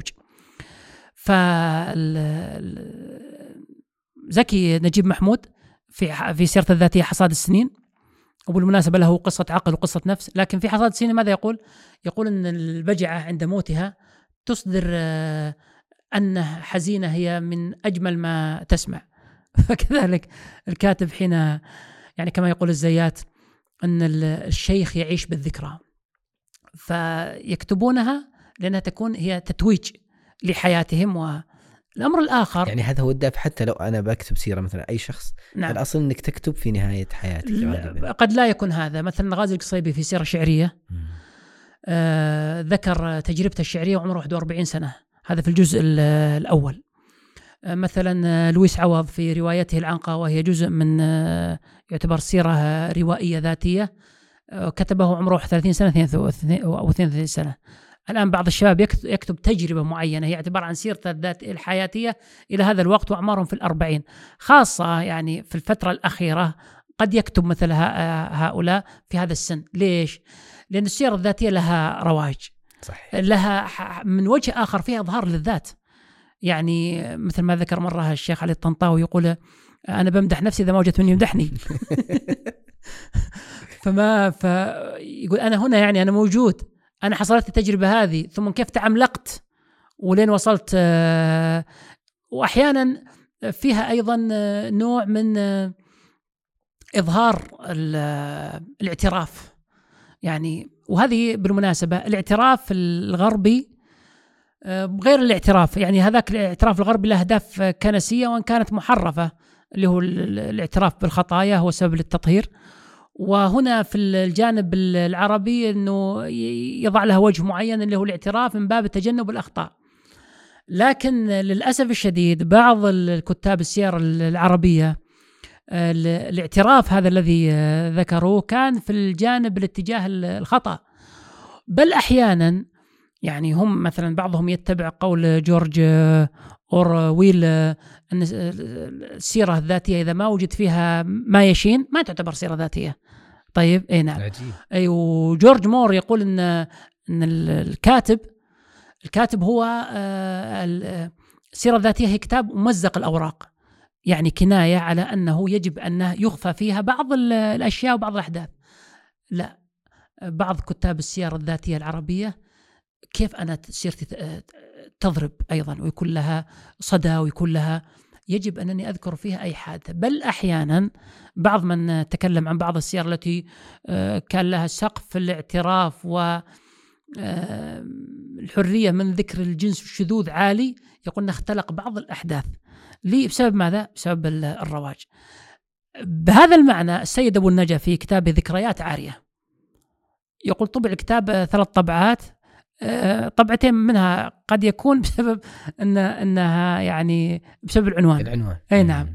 فزكي نجيب محمود في في سيرته الذاتية حصاد السنين، وبالمناسبة له قصة عقل وقصة نفس، لكن في حصاد السنين ماذا يقول؟ يقول أن البجعة عند موتها تصدر أن حزينة هي من أجمل ما تسمع. فكذلك الكاتب حين يعني كما يقول الزيات أن الشيخ يعيش بالذكرى، فيكتبونها لأنها تكون هي تتويج لحياتهم. والأمر الآخر يعني هذا هو الدافع، حتى لو أنا بكتب سيرة مثلا أي شخص، نعم. الأصل أنك تكتب في نهاية حياتك. قد لا يكون هذا. مثلا غازي القصيبي في سيرة شعرية آه ذكر تجربته الشعرية وعمره واحد وأربعين سنة، هذا في الجزء الأول. آه مثلا لويس عوض في روايته العنقة، وهي جزء من آه يعتبر سيرة روائية ذاتية، آه كتبه عمره ثلاثين سنة أو اثنين وثلاثين سنة. الآن بعض الشباب يكتب تجربة معينة هي اعتبار عن سيرته الذاتية الحياتية إلى هذا الوقت وأعمارهم في الأربعين، خاصة يعني في الفترة الأخيرة قد يكتب مثل هؤلاء في هذا السن. ليش؟ لأن السيرة الذاتية لها رواج، صحيح. لها من وجه آخر فيها إظهار للذات، يعني مثل ما ذكر مرة الشيخ علي الطنطاوي يقول أنا بمدح نفسي إذا ما وجدت من يمدحني. فما فيقول أنا هنا يعني أنا موجود، أنا حصلت التجربة هذه، ثم كيف تعملقت ولين وصلت وأحيانا فيها أيضا نوع من إظهار الاعتراف يعني. وهذه بالمناسبة الاعتراف الغربي غير الاعتراف، يعني هذاك الاعتراف الغربي له أهداف كنسية وإن كانت محرفة، اللي هو الاعتراف بالخطايا هو سبب للتطهير. وهنا في الجانب العربي أنه يضع لها وجه معين اللي هو الاعتراف من باب تجنب الأخطاء. لكن للأسف الشديد بعض الكتاب السير العربية الاعتراف هذا الذي ذكروه كان في الجانب الاتجاه الخطأ، بل أحيانا يعني هم مثلا بعضهم يتبع قول جورج أورويل أن السيرة الذاتية إذا ما وجد فيها ما يشين ما تعتبر سيرة ذاتية. طيب أي نعم. أي وجورج مور يقول أن أن الكاتب الكاتب هو السيرة الذاتية هي كتاب ممزق الأوراق، يعني كناية على أنه يجب أن يخفى فيها بعض الأشياء وبعض الأحداث. لا، بعض كتاب السيرة الذاتية العربية كيف أنا سيرتي تضرب أيضا ويكون لها صدى ويكون لها يجب أنني أذكر فيها أي حادثة. بل أحيانا بعض من تكلم عن بعض السير التي كان لها سقف الاعتراف والحرية من ذكر الجنس والشذوذ عالي، يقول نختلق بعض الأحداث ليه بسبب ماذا؟ بسبب الرواج. بهذا المعنى السيد أبو النجا في كتابه ذكريات عارية يقول طبع الكتاب ثلاث طبعات، طبعتين منها قد يكون بسبب إن إنها يعني بسبب العنوان. العنوان. أي نعم.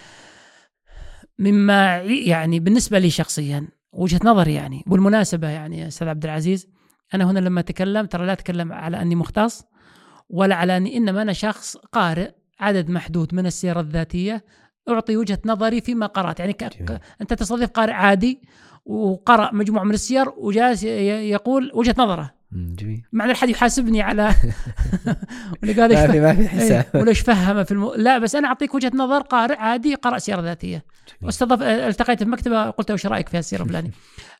مما يعني بالنسبة لي شخصيا وجهة نظري يعني، بالمناسبة يعني أستاذ عبد العزيز أنا هنا لما أتكلم ترى لا أتكلم على أني مختص ولا على أني، إنما أنا شخص قارئ عدد محدود من السيرة الذاتية أعطي وجهة نظري فيما قرأت. يعني ك... أنت تستضيف قارئ عادي وقرأ مجموعة من السير وجالس يقول وجهة نظره. جميل. معنى الحد يحاسبني على ما في ما في حساب وليش فهم في الم... لا بس أنا أعطيك وجهة نظر قارئ عادي قرأ سيرة ذاتية. واستضاف التقيت في مكتبة قلت وش رأيك في السيرة الفلانية.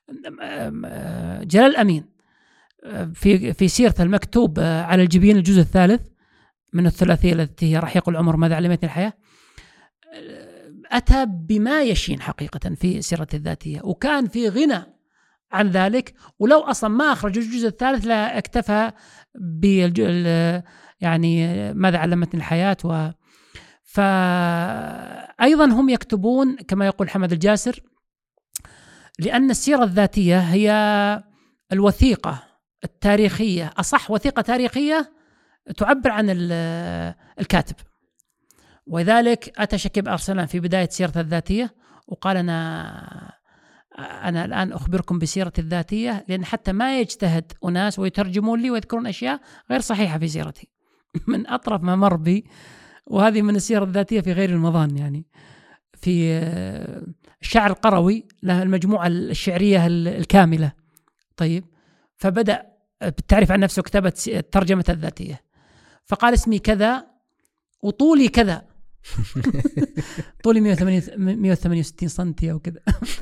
جلال أمين في في سيرته المكتوب على الجبين الجزء الثالث من الثلاثية التي هي رحيق العمر ماذا علمتني الحياة، أتى بما يشين حقيقة في سيرته الذاتية وكان في غنى عن ذلك. ولو أصلا ما أخرج الجزء الثالث لا اكتفى بالجزء يعني ماذا علمتني الحياة. و فأيضا هم يكتبون كما يقول حمد الجاسر لأن السيرة الذاتية هي الوثيقة التاريخية، أصح وثيقة تاريخية تعبر عن الكاتب. ولذلك أتى شكيب أرسلان في بداية سيرته الذاتية وقال أنا أنا الآن أخبركم بسيرتي الذاتية لأن حتى ما يجتهد أناس ويترجمون لي ويذكرون أشياء غير صحيحة في سيرتي من أطرف ما مر بي. وهذه من السيرة الذاتية في غير المضان. يعني في الشعر القروي له المجموعة الشعرية الكاملة. طيب فبدأ بالتعريف عن نفسه كتابة الترجمة الذاتية فقال اسمي كذا وطولي كذا طولي مئة وثمانية وستين سنتي أو كذا.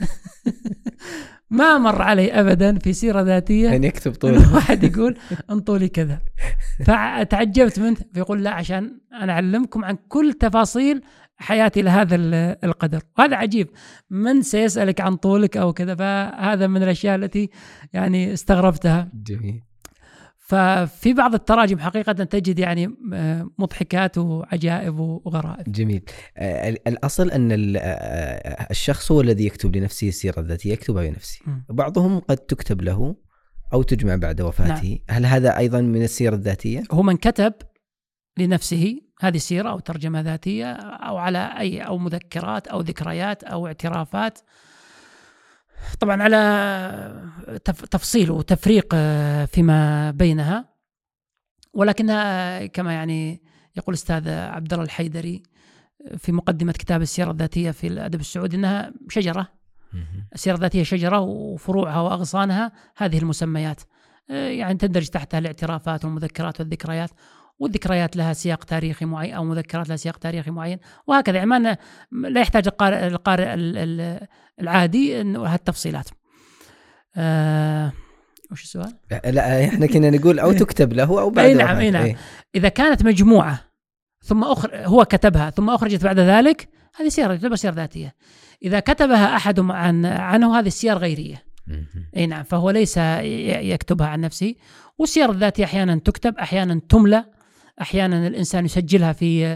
ما مر علي أبدا في سيرة ذاتية أن يكتب طول واحد يقول أن طولي كذا. فتعجبت منه فيقول لا عشان أنا أعلمكم عن كل تفاصيل حياتي لهذا القدر. وهذا عجيب من سيسألك عن طولك أو كذا. فهذا من الأشياء التي يعني استغربتها. جميل. ففي بعض التراجم حقيقة تجد يعني مضحكات وعجائب وغرائب. جميل. الأصل أن الشخص هو الذي يكتب لنفسه السيرة الذاتية يكتبها بنفسه. بعضهم قد تكتب له أو تجمع بعد وفاته. نعم. هل هذا أيضا من السيرة الذاتية؟ هو من كتب لنفسه هذه سيرة أو ترجمة ذاتية أو على أي أو مذكرات أو ذكريات أو اعترافات، طبعا على تفصيل وتفريق فيما بينها، ولكنها كما يعني يقول الأستاذ عبد الله الحيدري في مقدمة كتاب السيرة الذاتية في الأدب السعودي أنها شجرة. السيرة الذاتية شجرة وفروعها وأغصانها هذه المسميات، يعني تندرج تحتها الاعترافات والمذكرات والذكريات، والذكريات لها سياق تاريخي معين أو مذكرات لها سياق تاريخي معين وهكذا. يعني ما لا يحتاج القارئ, القارئ العادي هالتفصيلات. آه وش السؤال؟ لا احنا كنا نقول أو تكتب له أو بعد. أي نعم أي نعم. إيه. إذا كانت مجموعة ثم أخر هو كتبها ثم أخرجت بعد ذلك، هذه سيرة تعتبر سيرة ذاتية. إذا كتبها أحد عن عنه هذه السير غيرية. أي نعم، فهو ليس يكتبها عن نفسه. والسير الذاتية أحيانا تكتب، أحيانا تملى، أحيانا الإنسان يسجلها في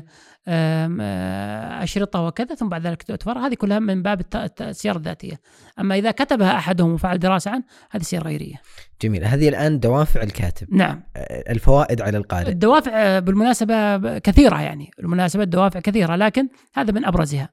أشرطة وكذا ثم بعد ذلك تؤتفر. هذه كلها من باب السير الذاتية. أما إذا كتبها أحدهم وفعل دراسة عنه هذه سير غيرية. جميل. هذه الآن دوافع الكاتب. نعم. الفوائد على القارئ. الدوافع بالمناسبة كثيرة، يعني المناسبة الدوافع كثيرة، لكن هذا من أبرزها.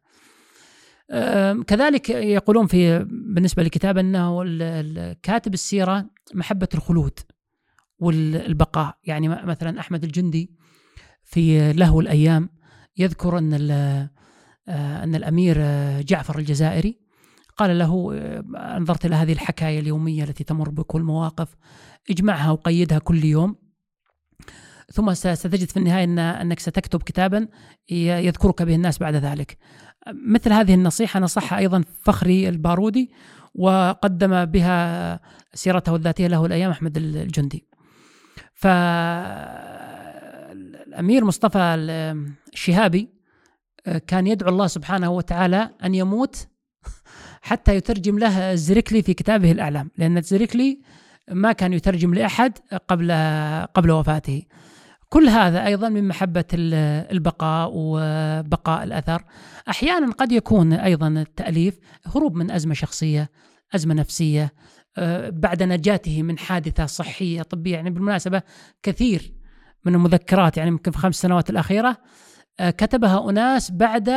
كذلك يقولون في بالنسبة للكتاب أنه الكاتب السيرة محبة الخلود والبقاء. يعني مثلا أحمد الجندي في لهو الأيام يذكر أن أن الأمير جعفر الجزائري قال له: انظرت إلى هذه الحكاية اليومية التي تمر بكل مواقف، اجمعها وقيدها كل يوم، ثم ستجد في النهاية أن أنك ستكتب كتابا يذكرك به الناس بعد ذلك. مثل هذه النصيحة نصحها أيضا فخري البارودي، وقدم بها سيرته الذاتية له الأيام أحمد الجندي. فالأمير مصطفى الشهابي كان يدعو الله سبحانه وتعالى أن يموت حتى يترجم له الزركلي في كتابه الأعلام، لأن الزركلي ما كان يترجم لأحد قبل قبل وفاته. كل هذا أيضا من محبة البقاء وبقاء الأثر. أحيانا قد يكون أيضا التأليف هروب من أزمة شخصية، أزمة نفسية، بعد نجاته من حادثة صحية طبية. يعني بالمناسبة كثير من المذكرات، يعني يمكن في خمس سنوات الأخيرة كتبها أناس بعد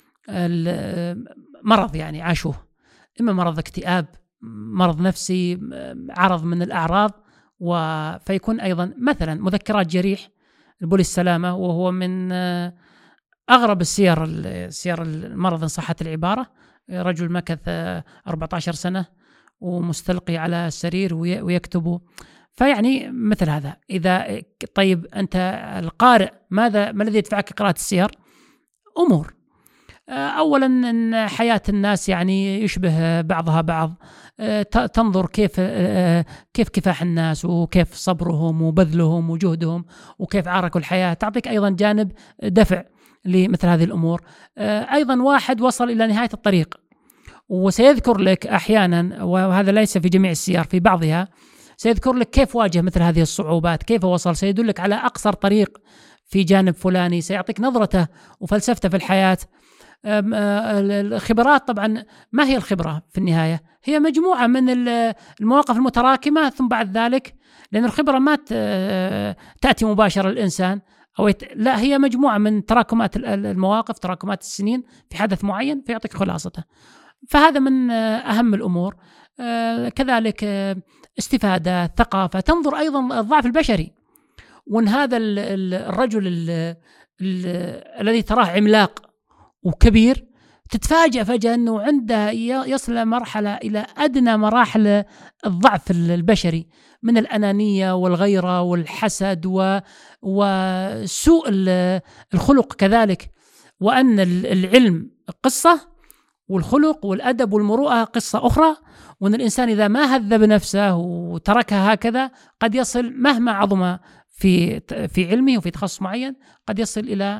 مرض يعني عاشوه، إما مرض اكتئاب، مرض نفسي، عرض من الأعراض. وفيكون أيضا مثلا مذكرات جريح البوليس السلامة، وهو من أغرب السير السير المرض إن صحت العبارة. رجل مكث أربعة عشر سنة ومستلقي على السرير ويكتب. فيعني مثل هذا. إذا طيب أنت القارئ ماذا ما الذي يدفعك قراءة السير؟ أمور. أولا أن حياة الناس يعني يشبه بعضها بعض، تنظر كيف كيف كفاح الناس وكيف صبرهم وبذلهم وجهدهم وكيف عاركوا الحياة، تعطيك أيضا جانب دفع لمثل هذه الأمور. أيضا واحد وصل إلى نهاية الطريق وسيذكر لك أحيانا، وهذا ليس في جميع السير، في بعضها سيذكر لك كيف واجه مثل هذه الصعوبات، كيف وصل، سيدلك على أقصر طريق في جانب فلاني، سيعطيك نظرته وفلسفته في الحياة. الخبرات طبعا ما هي الخبرة في النهاية؟ هي مجموعة من المواقف المتراكمة، ثم بعد ذلك لأن الخبرة ما تأتي مباشرة للإنسان أو يت... لا، هي مجموعة من تراكمات المواقف، تراكمات السنين في حدث معين فيعطيك خلاصته. فهذا من أهم الأمور. كذلك استفادة، ثقافة، تنظر أيضا الضعف البشري، وأن هذا الرجل ال... ال... الذي تراه عملاق وكبير تتفاجأ فجأة أنه عنده يصل مرحلة إلى أدنى مراحل الضعف البشري من الأنانية والغيرة والحسد و... وسوء الخلق كذلك. وأن العلم قصة، والخلق والأدب والمروءة قصة أخرى، وأن الإنسان إذا ما هذب نفسه وتركها هكذا قد يصل مهما عظم في في علمه وفي تخصص معين قد يصل إلى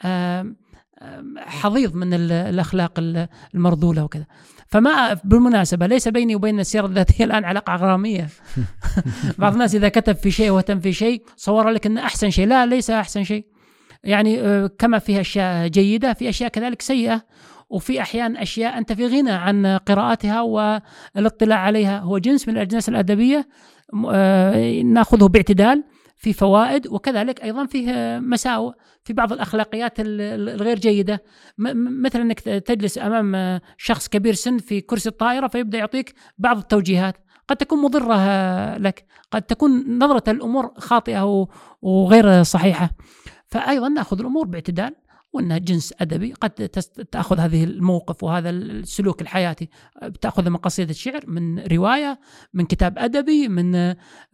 حضيض من الأخلاق المرذولة وكذا. فما بالمناسبة ليس بيني وبين السيرة الذاتية الآن علاقة غرامية. بعض الناس إذا كتب في شيء وتم في شيء صور لك أنه أحسن شيء. لا، ليس أحسن شيء. يعني كما فيها أشياء جيدة في أشياء كذلك سيئة، وفي أحيان أشياء أنت في غنى عن قراءتها والاطلاع عليها. هو جنس من الأجناس الأدبية نأخذه باعتدال، في فوائد وكذلك أيضا فيه مساوئ في بعض الأخلاقيات الغير جيدة، مثل أنك تجلس أمام شخص كبير سن في كرسي الطائرة فيبدأ يعطيك بعض التوجيهات قد تكون مضرة لك، قد تكون نظرة الأمور خاطئة وغير صحيحة. فأيضا نأخذ الأمور باعتدال، وأنها جنس أدبي. قد تأخذ هذه الموقف وهذا السلوك الحياتي تأخذ من قصيدة شعر، من رواية، من كتاب أدبي، من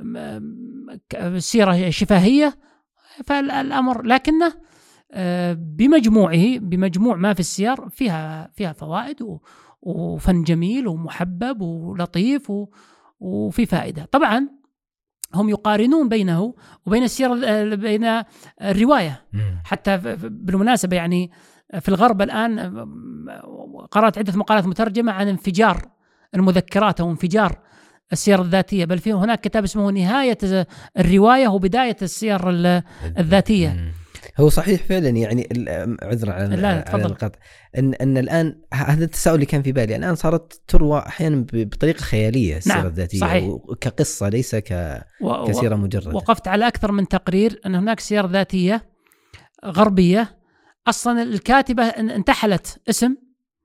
سيرة شفاهية. فالأمر لكنه بمجموعه بمجموع ما في السير فيها فيها فوائد وفن جميل ومحبب ولطيف وفي فائدة. طبعا هم يقارنون بينه وبين السيرة بين الرواية. حتى بالمناسبة يعني في الغرب الآن قرأت عدة مقالات مترجمة عن انفجار المذكرات أو انفجار السير الذاتية، بل في هناك كتاب اسمه نهاية الرواية وبداية السير الذاتية. هو صحيح فعلا يعني عذرا على, على القطع ان ان الان هذا التساؤل اللي كان في بالي، الان صارت تروى احيانا بطريقه خياليه السيره نعم الذاتيه صحيح. كقصه ليس ك... و... كسيره مجرده. وقفت على اكثر من تقرير ان هناك سير ذاتيه غربيه اصلا الكاتبه انتحلت اسم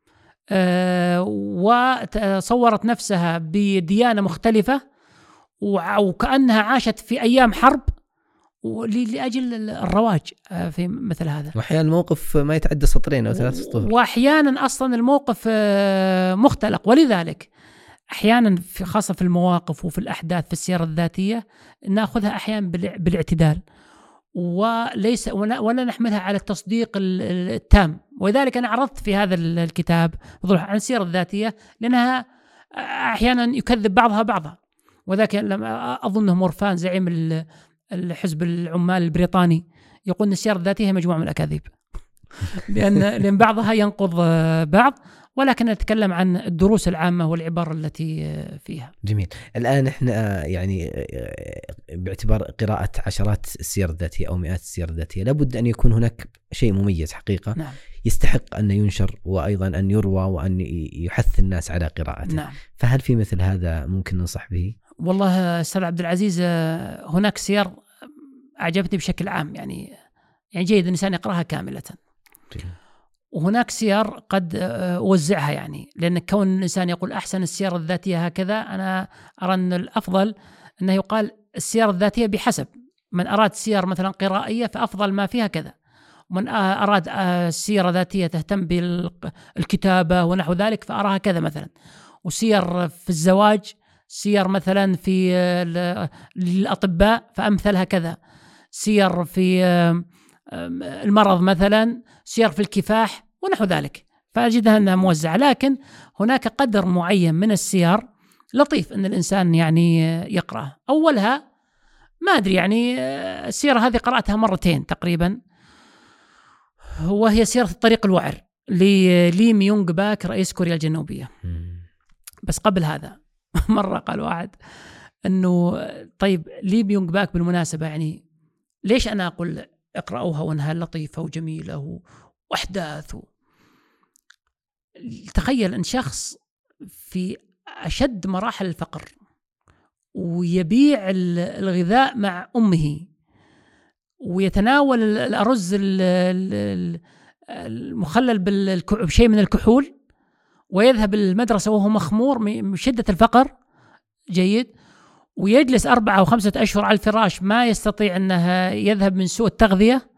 أه وصورت نفسها بديانه مختلفه وكانها عاشت في ايام حرب لأجل الرواج في مثل هذا. وأحيانا الموقف ما يتعدى سطرين أو ثلاث سطور، وأحيانا أصلا الموقف مختلق. ولذلك أحيانا في خاصة في المواقف وفي الأحداث في السيرة الذاتية نأخذها أحيانا بالاعتدال وليس ولا نحملها على التصديق التام. ولذلك أنا عرضت في هذا الكتاب وضوح عن السيرة الذاتية لأنها أحيانا يكذب بعضها بعضا. وذاك لما أظنه مورفان زعيم الحزب العمال البريطاني يقول أن السيرة الذاتية هي مجموعة من الأكاذيب لأن لأن بعضها ينقض بعض، ولكن نتكلم عن الدروس العامة والعبر التي فيها. جميل. الآن إحنا يعني باعتبار قراءة عشرات السير الذاتية أو مئات السير الذاتية لابد أن يكون هناك شيء مميز حقيقة نعم. يستحق أن ينشر وأيضا أن يروى وأن يحث الناس على قراءته نعم. فهل في مثل هذا ممكن ننصح به؟ والله أستاذ عبد العزيز هناك سير أعجبتني بشكل عام، يعني يعني جيد الإنسان يقرأها كاملة. وهناك سير قد أوزعها يعني، لأن كون الإنسان يقول أحسن السير الذاتية هكذا، أنا أرى أن الأفضل أنه يقال السير الذاتية بحسب من أراد سير مثلا قرائية فأفضل ما فيها كذا، ومن أراد سيرة ذاتية تهتم بالكتابة ونحو ذلك فأراها كذا مثلا. وسير في الزواج، سير مثلا في الأطباء فأمثلها كذا، سير في المرض مثلا، سير في الكفاح ونحو ذلك، فأجدها أنها موزعة. لكن هناك قدر معين من السير لطيف أن الإنسان يعني يقرأ. أولها ما أدري يعني السيرة هذه قرأتها مرتين تقريبا، وهي سيرة الطريق الوعر للي ميونغ باك رئيس كوريا الجنوبية. بس قبل هذا مرة قال واحد أنه طيب لي ميونغ باك بالمناسبة يعني ليش أنا أقول اقرأوها وأنها لطيفة وجميلة وأحداث و... تخيل أن شخص في أشد مراحل الفقر ويبيع الغذاء مع أمه ويتناول الأرز المخلل بشيء من الكحول ويذهب المدرسة وهو مخمور من شدة الفقر جيد، ويجلس أربعة أو خمسة أشهر على الفراش ما يستطيع أنه يذهب من سوء التغذية،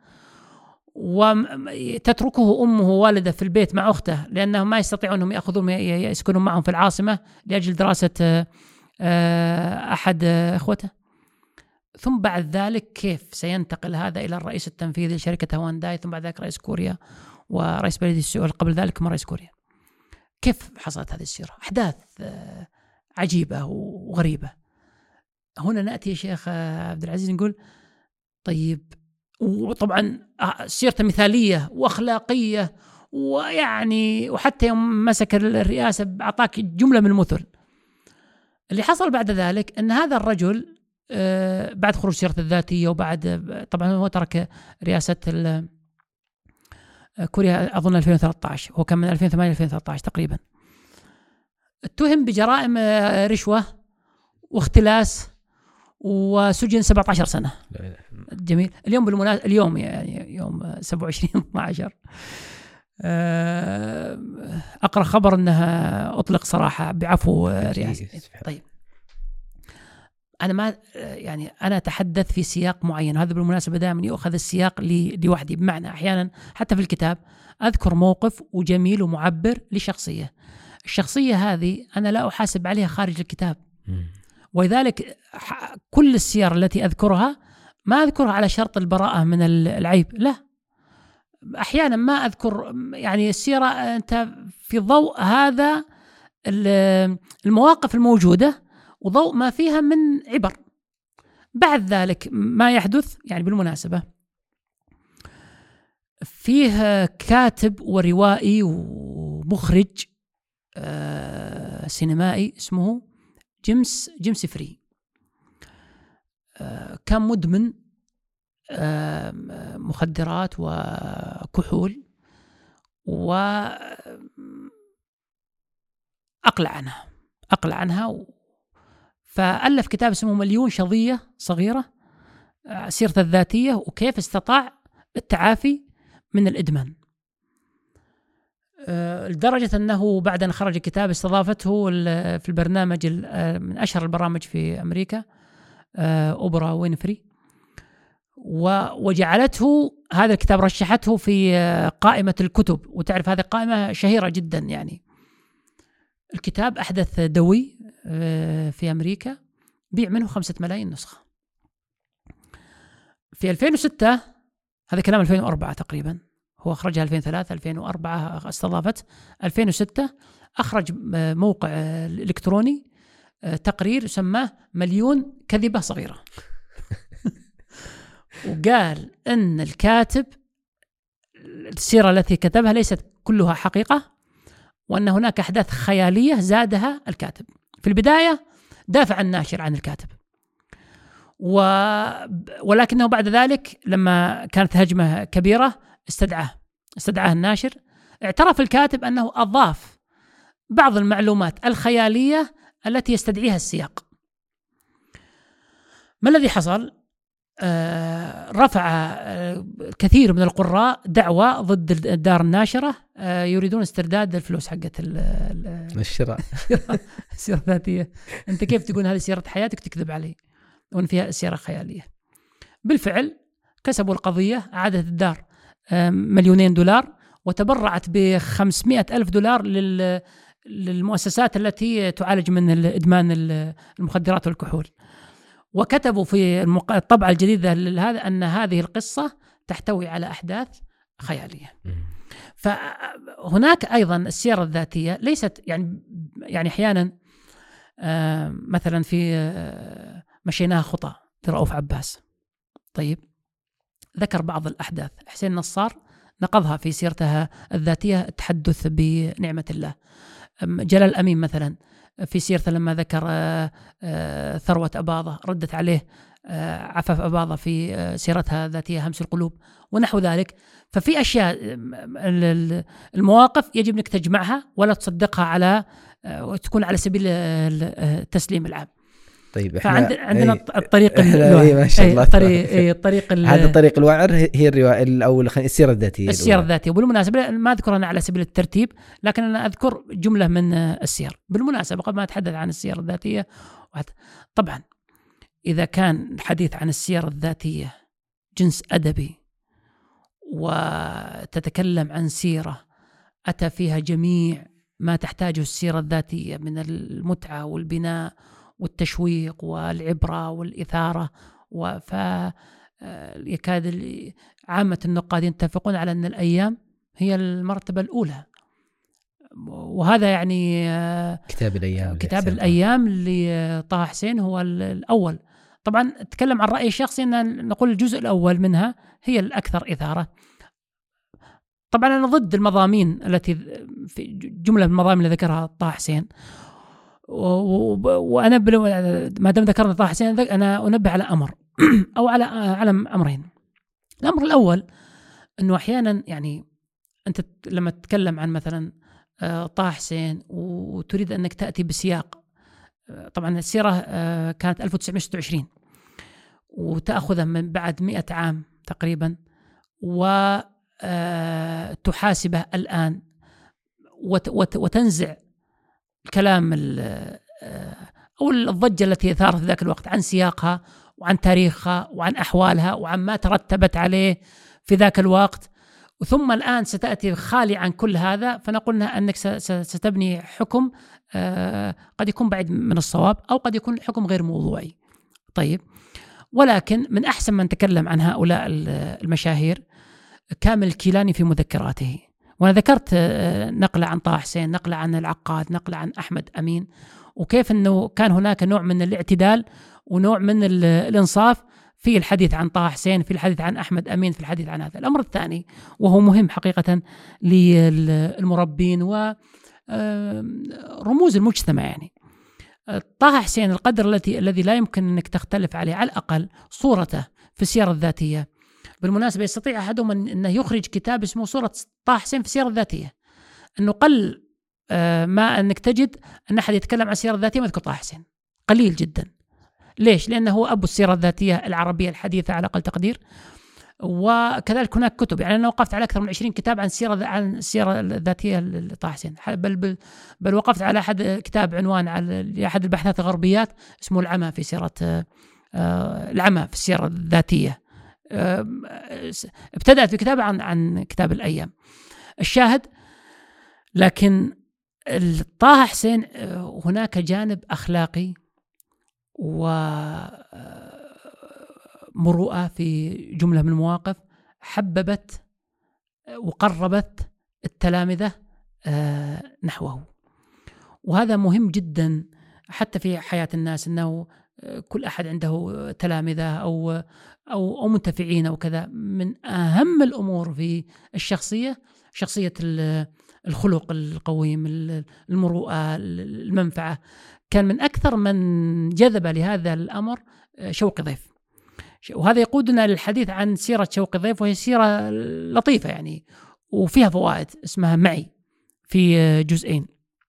وتتركه أمه والدة في البيت مع أخته لأنهم ما يستطيعون أنهم يأخذون يسكنون معهم في العاصمة لأجل دراسة أحد إخوته. ثم بعد ذلك كيف سينتقل هذا إلى الرئيس التنفيذي لشركة هوانداي، ثم بعد ذلك رئيس كوريا ورئيس بلدية سيول، قبل ذلك رئيس كوريا. كيف حصلت هذه السيرة؟ أحداث عجيبة وغريبة. هنا نأتي يا شيخ عبد العزيز نقول طيب، وطبعا سيرته مثالية وأخلاقية، ويعني وحتى يوم مسك الرئاسة أعطاك جملة من المثل. اللي حصل بعد ذلك أن هذا الرجل بعد خروج سيرته الذاتية وبعد طبعا هو ترك رئاسة كوريا أظن ألفين وثلاثة عشر، هو كان من ألفين وثمانية ألفين وثلاثة عشر تقريبا، اتهم بجرائم رشوة واختلاس وسجن سبعة عشر سنة. جميل. اليوم بالمناسبة اليوم يعني يوم سبعة وعشرين اثنا عشر أقرأ خبر أنها أطلق صراحة بعفو رئاسي. طيب أنا ما يعني أنا أتحدث في سياق معين، هذا بالمناسبة دائما يؤخذ السياق لوحدي، بمعنى أحيانا حتى في الكتاب أذكر موقف وجميل ومعبر لشخصية، الشخصية هذه أنا لا أحاسب عليها خارج الكتاب، ولذلك كل السير التي أذكرها ما أذكرها على شرط البراءة من العيب، لا، أحيانا ما أذكر يعني السيرة أنت في ضوء هذا المواقف الموجودة وضوء ما فيها من عبر. بعد ذلك ما يحدث يعني بالمناسبة فيه كاتب وروائي ومخرج آه سينمائي اسمه جيمس جيمس فري. آه كان مدمن آه مخدرات وكحول وأقلع عنها أقلع عنها فألف كتاب اسمه مليون شظية صغيرة، سيرته الذاتية وكيف استطاع التعافي من الإدمان، لدرجة أنه بعد أن خرج الكتاب استضافته في البرنامج من أشهر البرامج في أمريكا أوبرا وينفري، وجعلته هذا الكتاب رشحته في قائمة الكتب، وتعرف هذه قائمة شهيرة جدا يعني. الكتاب أحدث دوي في أمريكا، بيع منه خمسة ملايين نسخة. في ألفين وستة، هذا كلام ألفين وأربعة تقريبا، هو أخرجها ألفين وثلاثة، ألفين وأربعة استضافت، ألفين وستة أخرج موقع إلكتروني تقرير سماه مليون كذبة صغيرة وقال أن الكاتب السيرة التي كتبها ليست كلها حقيقة، وأن هناك أحداث خيالية زادها الكاتب. في البداية دافع الناشر عن الكاتب، و... ولكنه بعد ذلك لما كانت هجمة كبيرة استدعاه استدعاه الناشر. اعترف الكاتب أنه أضاف بعض المعلومات الخيالية التي يستدعيها السياق. ما الذي حصل؟ آه رفع آه كثير من القراء دعوى ضد الدار الناشرة، آه يريدون استرداد الفلوس حقت الشراء السيرة الذاتية. أنت كيف تقول هذه سيرة حياتك تكذب علي وأن فيها سيرة خيالية؟ بالفعل كسبوا القضية، عادت الدار آه مليونين دولار، وتبرعت بخمسمائة ألف دولار لل للمؤسسات التي تعالج من الإدمان المخدرات والكحول. وكتبوا في الطبعة الجديدة لهذا أن هذه القصة تحتوي على أحداث خيالية. فهناك أيضا السيرة الذاتية ليست يعني يعني أحيانا آه مثلا في آه مشيناها خطى لرؤوف عباس، طيب ذكر بعض الأحداث. حسين نصار نقضها في سيرتها الذاتية التحدث بنعمة الله. جلال أمين مثلا في سيرته لما ذكر ثروة أباضة ردت عليه عفاف أباضة في سيرتها الذاتية همس القلوب ونحو ذلك. ففي أشياء المواقف يجب أنك تجمعها ولا تصدقها على وتكون على سبيل التسليم العام. طيب عندنا ايه الطريق ايه ما شاء الله الطريق ايه الطريق هذا طريق الوعر هي الرواية الأول السيرة الذاتية السيرة الذاتية. وبالمناسبة ما أذكر أنا على سبيل الترتيب، لكن أنا أذكر جملة من السير. بالمناسبة قبل ما أتحدث عن السيرة الذاتية، طبعا إذا كان الحديث عن السيرة الذاتية جنس أدبي وتتكلم عن سيرة أتى فيها جميع ما تحتاجه السيرة الذاتية من المتعة والبناء والتشويق والعبرة والإثارة، ويكاد عامة النقاد يتفقون على أن الأيام هي المرتبة الأولى. وهذا يعني كتاب الأيام كتاب الأيام لطه حسين هو الأول. طبعا أتكلم عن رأيي الشخصي أن نقول الجزء الأول منها هي الأكثر إثارة. طبعا أنا ضد المضامين التي في جملة من المضامين اللي ذكرها طه حسين، وأنا ما دام ذكرنا طه حسين أنا أنبه على أمر أو على على أمرين. الأمر الأول أنه أحيانا يعني أنت لما تتكلم عن مثلا طه حسين وتريد أنك تأتي بسياق، طبعا السيرة كانت ألف وتسعمائة وستة وعشرين وتأخذها من بعد مئة عام تقريبا، وتحاسبه الآن وتنزع الكلام أو الضجة التي ثارت في ذاك الوقت عن سياقها وعن تاريخها وعن أحوالها وعن ما ترتبت عليه في ذاك الوقت، ثم الآن ستأتي خالي عن كل هذا، فنقول أنك ستبني حكم قد يكون بعيد من الصواب أو قد يكون حكم غير موضوعي. طيب، ولكن من أحسن من تكلم عن هؤلاء المشاهير كامل الكيلاني في مذكراته. وأنا ذكرت نقلة عن طه حسين، نقلة عن العقاد، نقلة عن أحمد أمين، وكيف أنه كان هناك نوع من الاعتدال ونوع من الإنصاف في الحديث عن طه حسين، في الحديث عن أحمد أمين، في الحديث عن هذا. الأمر الثاني وهو مهم حقيقة للمربين ورموز المجتمع، يعني طه حسين القدر الذي الذي لا يمكن أنك تختلف عليه، على الأقل صورته في السيرة الذاتية. بالمناسبة يستطيع أحدهم أنه يخرج كتاب اسمه صورة طه حسين في السيرة الذاتية، أنه قل ما أنك تجد أن أحد يتكلم عن السيرة الذاتية ما يذكر طه حسين، قليل جدا. ليش؟ لأنه هو أبو السيرة الذاتية العربية الحديثة على أقل تقدير. وكذلك هناك كتب، يعني أنا وقفت على أكثر من عشرين كتاب عن السيرة عن السيرة الذاتية لطه حسين، بل, بل بل وقفت على أحد كتاب عنوان على أحد البحثات الغربيات اسمه العمى في سيرة العمى في السيرة الذاتية. ابتدأت بكتاب عن عن كتاب الأيام. الشاهد، لكن طه حسين هناك جانب أخلاقي ومروءة في جملة من المواقف حببت وقربت التلامذة نحوه. وهذا مهم جدا حتى في حياة الناس، أنه كل أحد عنده تلامذة أو أو أو منتفعين أو كذا. من أهم الأمور في الشخصية شخصية الخلق القويم، المروءة، المنفعة. كان من أكثر من جذب لهذا الأمر شوقي ضيف، وهذا يقودنا للحديث عن سيرة شوقي ضيف، وهي سيرة لطيفة يعني وفيها فوائد، اسمها معي، في جزئين.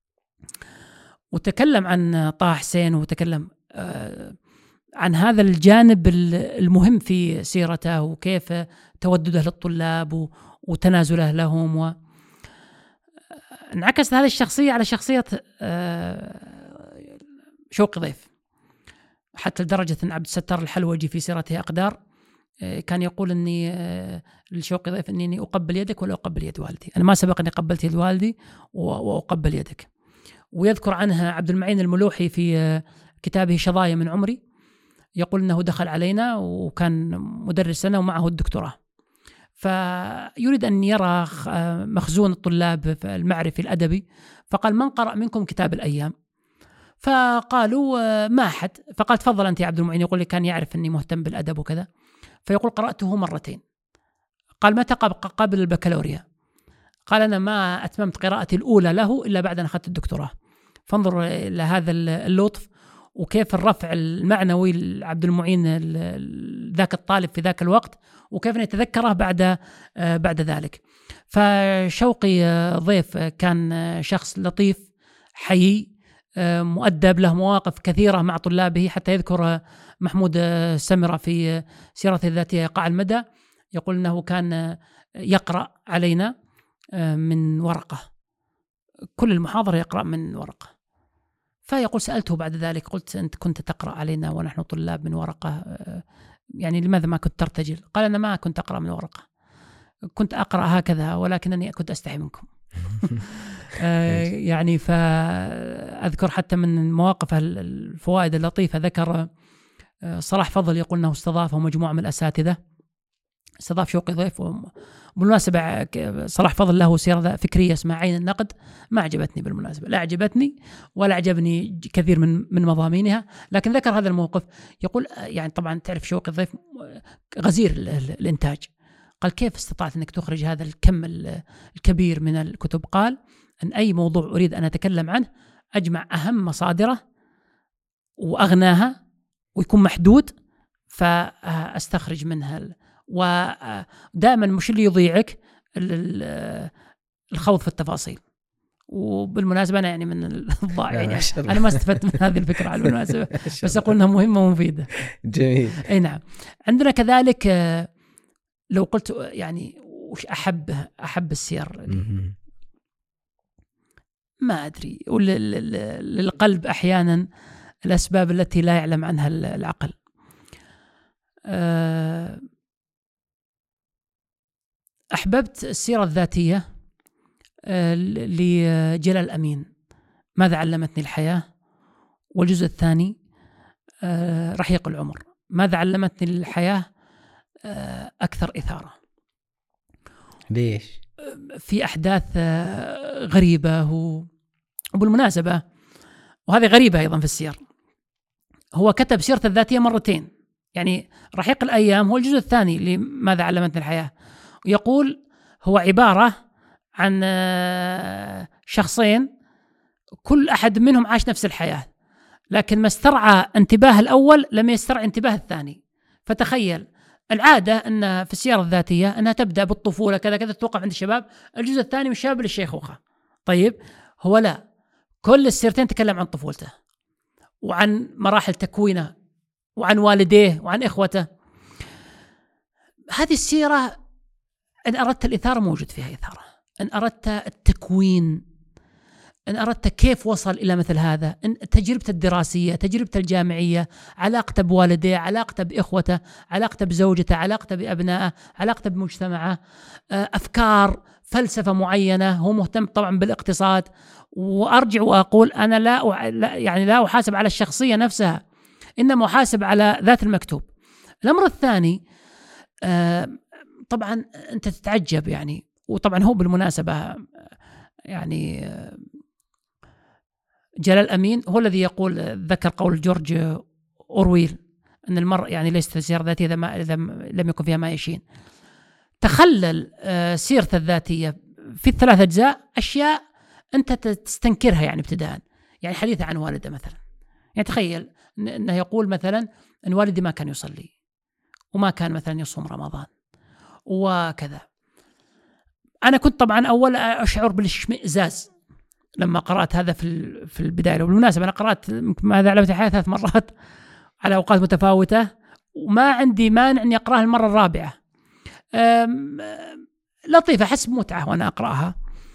وتكلم عن طه حسين وتكلم عن هذا الجانب المهم في سيرته، وكيف تودده للطلاب وتنازله لهم. و انعكست هذه الشخصية على شخصية شوقي ضيف، حتى لدرجة أن عبد الستار الحلوجي في سيرته أقدار كان يقول أني لشوقي ضيف أنني أقبل يدك ولا أقبل يد والدي، أنا ما سبق أني قبلت يد والدي وأقبل يدك. ويذكر عنها عبد المعين الملوحي في كتابه شظايا من عمري، يقول أنه دخل علينا وكان مدرس لنا ومعه الدكتوراه، فيريد أن يرى مخزون الطلاب المعرفي الأدبي، فقال: من قرأ منكم كتاب الأيام؟ فقالوا: ما أحد. فقال: تفضل أنت يا عبد المعين. يقول لي كان يعرف أني مهتم بالأدب وكذا، فيقول: قرأته مرتين. قال: متى؟ قبل البكالوريا. قال: أنا ما أتممت قراءتي الأولى له إلا بعد أن أخذت الدكتوراه. فانظر إلى هذا اللطف، وكيف الرفع المعنوي لعبد المعين ذاك الطالب في ذاك الوقت، وكيف نتذكره بعد بعد ذلك. فشوقي ضيف كان شخص لطيف حيي مؤدب، له مواقف كثيرة مع طلابه، حتى يذكر محمود السمرة في سيرته الذاتية قاع المدى، يقول أنه كان يقرأ علينا من ورقة، كل المحاضرة يقرأ من ورقة. فيقول: سألته بعد ذلك، قلت: أنت كنت تقرأ علينا ونحن طلاب من ورقة، يعني لماذا ما كنت ترتجل؟ قال: أنا ما كنت أقرأ من ورقة، كنت أقرأ هكذا ولكنني كنت أستحي منكم. يعني فأذكر حتى من مواقف الفوائد اللطيفة، ذكر صلاح فضل يقول أنه استضافه مجموعة من الأساتذة، استضاف شوقي ضيف. بالمناسبة صلاح فضل له سيرة فكرية اسمها عين النقد، ما عجبتني بالمناسبة، لا عجبتني ولا عجبني كثير من من مضامينها، لكن ذكر هذا الموقف. يقول يعني طبعا تعرف شوقي ضيف غزير الإنتاج، قال: كيف استطعت أنك تخرج هذا الكم الكبير من الكتب؟ قال: أن أي موضوع أريد أن أتكلم عنه أجمع أهم مصادره وأغناها ويكون محدود، فأستخرج منها. ودائما مش اللي يضيعك الخوض في التفاصيل. وبالمناسبة أنا يعني من الضائعين، يعني أنا ما استفدت من هذه الفكرة على المناسبة، بس أقول أنها مهمة ومفيدة. جميل. أي نعم. عندنا كذلك لو قلت يعني وش أحب أحب السير، ما أدري، للقلب أحيانا الأسباب التي لا يعلم عنها العقل. أحببت السيرة الذاتية لجلال أمين، ماذا علمتني الحياة، والجزء الثاني رحيق العمر، ماذا علمتني الحياة أكثر إثارة. ليش؟ في أحداث غريبة. وبالمناسبة وهذه غريبة أيضا في السير. هو كتب سيرته الذاتية مرتين، يعني رحيق الأيام هو الجزء الثاني لماذا علمتنا الحياة، ويقول هو عبارة عن شخصين كل أحد منهم عاش نفس الحياة، لكن ما استرعى انتباه الأول لم يسترعى انتباه الثاني. فتخيل العادة أن في السيرة الذاتية أنها تبدأ بالطفولة كذا كذا توقف عند الشباب، الجزء الثاني من الشباب للشيخوخة. طيب هو لا، كل السيرتين تكلم عن طفولته وعن مراحل تكوينه وعن والديه وعن إخوته. هذه السيرة إن أردت الإثارة موجود فيها إثارة، إن أردت التكوين، إن أردت كيف وصل إلى مثل هذا، إن تجربته الدراسية، تجربته الجامعية، علاقته بوالديه، علاقته بإخوته، علاقته بزوجته، علاقته بأبنائه، علاقته بمجتمعه، أفكار، فلسفة معينة. هو مهتم طبعا بالاقتصاد. وأرجع وأقول أنا لا يعني لا أحاسب على الشخصية نفسها، إنما أحاسب على ذات المكتوب. الأمر الثاني طبعا أنت تتعجب يعني، وطبعا هو بالمناسبة يعني جلال أمين هو الذي يقول، ذكر قول جورج أورويل أن المرء يعني ليست سيرة ذاتية إذا, ما إذا لم يكن فيها ما يشين. تخلل سيرته الذاتية في الثلاث أجزاء أشياء أنت تستنكرها يعني ابتداء، يعني حديثه عن والده مثلا، يعني تخيل أنه يقول مثلا أن والدي ما كان يصلي وما كان مثلا يصوم رمضان وكذا. أنا كنت طبعا أول أشعر بالاشمئزاز لما قرأت هذا في في البداية. وبالمناسبة أنا قرأت ماذا علمت الحياة ثلاث مرات على أوقات متفاوتة، وما عندي مانع أن أقرأها المرة الرابعة. لطيفة، حسب متعة وأنا أقرأها.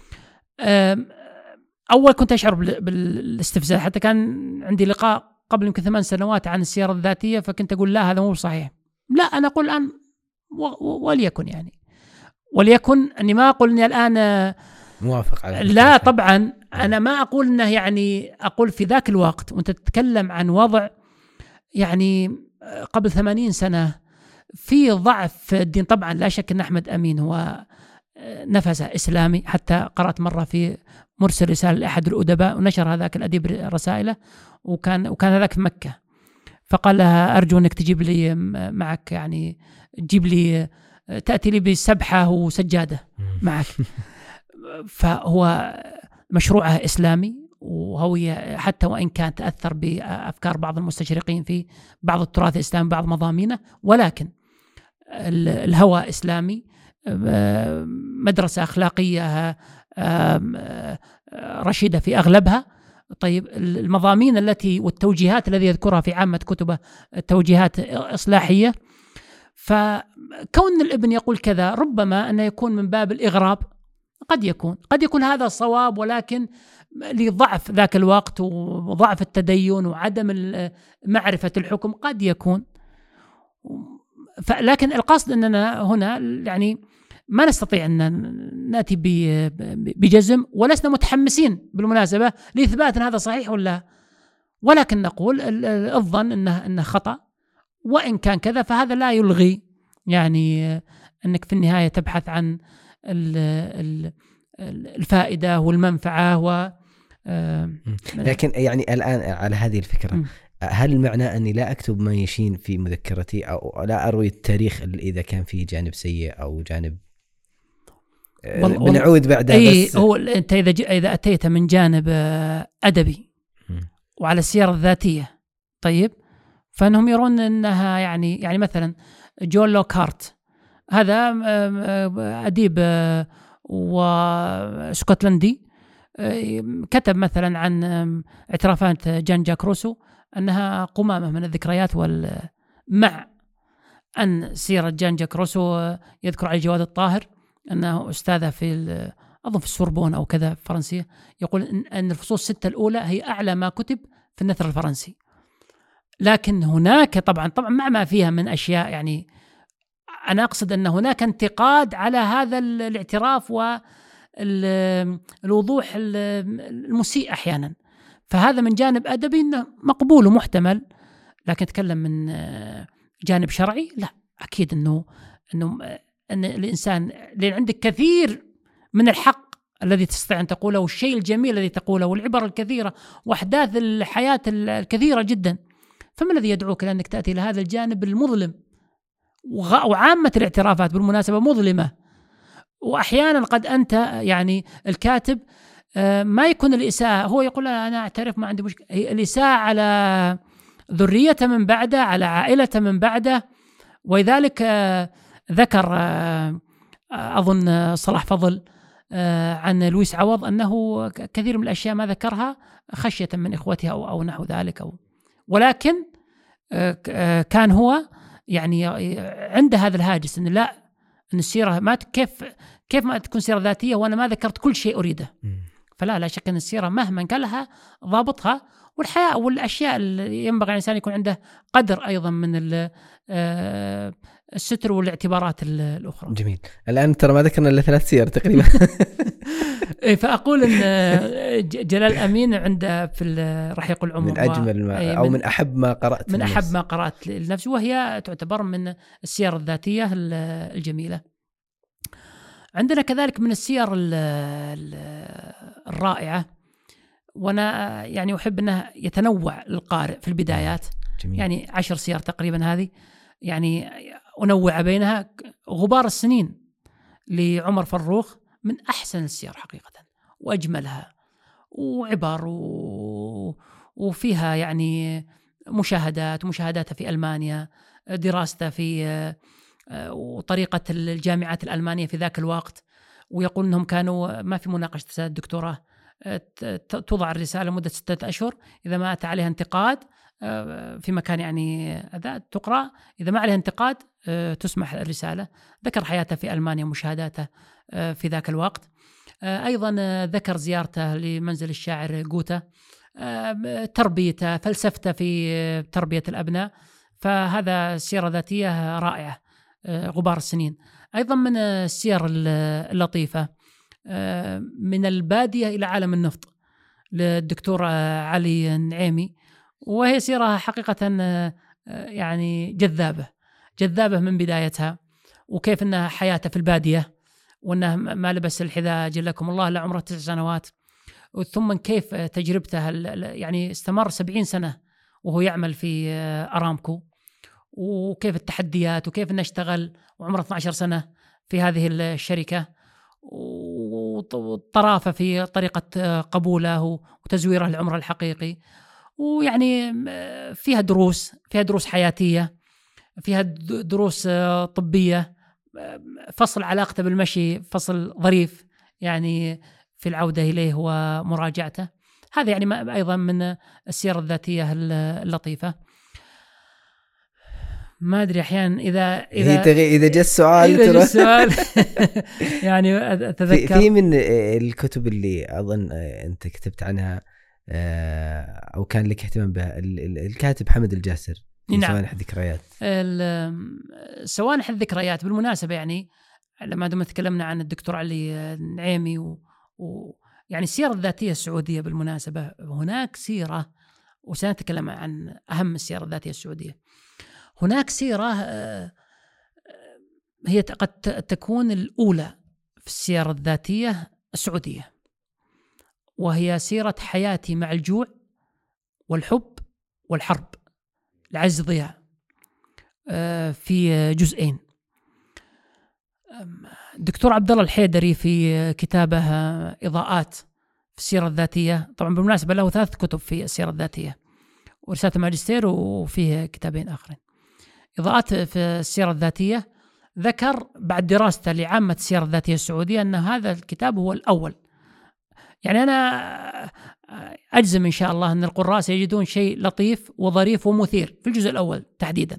أول كنت أشعر بالاستفزاز، حتى كان عندي لقاء قبل يمكن ثمان سنوات عن السيرة الذاتية، فكنت أقول لا هذا مو صحيح. لا، أنا أقول الآن وليكن يعني وليكن أني ما أقول أني الآن موافق على لا طبعا أنا ما أقول أنه يعني أقول في ذاك الوقت وأنت تتكلم عن وضع يعني قبل ثمانين سنة في ضعف في الدين. طبعا لا شك أن أحمد أمين هو نفس إسلامي، حتى قرأت مرة في مرسل رسالة لأحد الأدباء ونشر هذاك الأديب رسائله، وكان وكان هذاك في مكة، فقال لها أرجو أنك تجيب لي معك يعني تجيب لي تأتي لي بسبحة وسجادة معك. فهو مشروعه إسلامي وهوية، حتى وإن كان تأثر بأفكار بعض المستشرقين في بعض التراث الإسلامي بعض مضامينه، ولكن الهوى إسلامي، مدرسة أخلاقية رشيدة في أغلبها. طيب المضامين التي والتوجيهات الذي يذكرها في عامة كتبه توجيهات إصلاحية. فكون الابن يقول كذا ربما أنه يكون من باب الإغراب، قد يكون قد يكون هذا الصواب، ولكن لضعف ذاك الوقت وضعف التدين وعدم معرفة الحكم قد يكون. لكن القصد أننا هنا يعني ما نستطيع أن نأتي بجزم، ولسنا متحمسين بالمناسبة لإثبات أن هذا صحيح ولا، ولكن نقول الظن أنه, أنه خطأ، وإن كان كذا فهذا لا يلغي يعني أنك في النهاية تبحث عن الفائدة والمنفعة. و لكن يعني الآن على هذه الفكرة، هل المعنى أني لا أكتب ما يشين في مذكرتي أو لا أروي التاريخ إذا كان فيه جانب سيء أو جانب بنعود بعدها؟ أي بس هو أنت إذا إذا أتيت من جانب أدبي وعلى السيرة الذاتية، طيب فإنهم يرون أنها يعني يعني مثلا جون لوكهارت هذا أديب وسكوتلندي، كتب مثلا عن اعترافات جان جاك روسو أنها قمامة من الذكريات وال مع أن سيرة جان جاك روسو يذكر علي جواد الطاهر أنه أستاذة في أظن في السوربون أو كذا فرنسية، يقول أن الفصول الستة الأولى هي أعلى ما كتب في النثر الفرنسي. لكن هناك طبعا طبعا مع ما فيها من أشياء، يعني أنا أقصد أن هناك انتقاد على هذا الاعتراف والوضوح المسيء أحيانا، فهذا من جانب أدبي إنه مقبول ومحتمل. لكن أتكلم من جانب شرعي لا، أكيد إنه إنه أن الإنسان لأن عندك كثير من الحق الذي تستطيع أن تقوله، والشيء الجميل الذي تقوله، والعبر الكثيرة وأحداث الحياة الكثيرة جدا. فما الذي يدعوك لأنك تأتي إلى هذا الجانب المظلم؟ وعامة الاعترافات بالمناسبة مظلمة، وأحيانا قد أنت يعني الكاتب ما يكون الإساءة، هو يقول أنا أعترف ما عندي مشكلة، الإساءة على ذرية من بعده، على عائلة من بعده. ولذلك ذكر أظن صلاح فضل عن لويس عوض أنه كثير من الأشياء ما ذكرها خشية من إخوتها أو, أو نحو ذلك، أو ولكن كان هو يعني عنده هذا الهاجس أن لا، أن السيرة ما كيف كيف ما تكون سيرة ذاتية وأنا ما ذكرت كل شيء أريده. فلا لا شك أن السيرة مهما كان لها ضابطها، والحياة والأشياء اللي ينبغي الإنسان يكون عنده قدر أيضا من الستر والاعتبارات الأخرى. جميل. الآن ترى ما ذكرنا إلا ثلاث سير تقريبا. فأقول أن جلال أمين عنده في رحيق العمر من أجمل ما أو من أحب ما قرأت من أحب ما قرأت لنفسي، وهي تعتبر من السير الذاتية الجميلة. عندنا كذلك من السير الرائعة، وأنا يعني أحب أنه يتنوع القارئ في البدايات. جميل. يعني عشر سير تقريبا هذه، يعني أنوع بينها. غبار السنين لعمر فروخ من أحسن السير حقيقة وأجملها، وعبر و... وفيها يعني مشاهدات مشاهداتها في ألمانيا، دراسته في وطريقة الجامعات الألمانية في ذاك الوقت. ويقول أنهم كانوا ما في مناقشة الدكتوراه، توضع الرسالة مدة ستة أشهر، إذا ما أتى عليها انتقاد في مكان يعني تقرأ، إذا ما عليها انتقاد تسمح الرسالة. ذكر حياته في ألمانيا، مشاهداته في ذاك الوقت. أيضا ذكر زيارته لمنزل الشاعر جوتا، تربيته، فلسفته في تربية الأبناء. فهذا سيرة ذاتية رائعة. غبار السنين أيضا من السير اللطيفة، من البادية إلى عالم النفط للدكتور علي النعيمي، وهي سيرة حقيقة يعني جذابة جذابة من بدايتها، وكيف أنها حياته في البادية، وأنه ما لبس الحذاء جلكم الله إلا عمره تسع سنوات، ثم كيف تجربته يعني استمر سبعين سنة وهو يعمل في أرامكو، وكيف التحديات، وكيف أنه اشتغل وعمره اثنتي عشرة سنة في هذه الشركة، والطرافة في طريقة قبوله وتزويره للعمر الحقيقي. ويعني فيها دروس فيها دروس حياتية، فيها دروس طبية، فصل علاقته بالمشي فصل ظريف يعني في العودة إليه ومراجعته. هذا يعني أيضا من السيرة الذاتية اللطيفة. ما أدري أحيانا إذا إذا إذا جاء السؤال إذا جاء السؤال يعني أتذكر في, في من الكتب اللي أظن أنت كتبت عنها أو كان لك اهتمام بها، الكاتب حمد الجاسر. نعم. سوانح الذكريات. سوانح الذكريات بالمناسبة، يعني لما دمنا تكلمنا عن الدكتور علي النعيمي و, و يعني السيرة الذاتية السعودية بالمناسبة، هناك سيرة، وسنتكلم عن أهم السيرة الذاتية السعودية. هناك سيرة هي قد تكون الأولى في السيرة الذاتية السعودية، وهي سيرة حياتي مع الجوع والحب والحرب لعز ضياء في جزئين. الدكتور عبد الله الحيدري في كتابه إضاءات في السيرة الذاتية، طبعا بالمناسبة له ثلاث كتب في السيرة الذاتية ورسالة الماجستير وفيه كتابين آخرين. إضاءات في السيرة الذاتية ذكر بعد دراسته لعامة السيرة الذاتية السعودية أن هذا الكتاب هو الأول. يعني أنا أجزم إن شاء الله أن القراء سيجدون شيء لطيف وظريف ومثير في الجزء الأول تحديدا.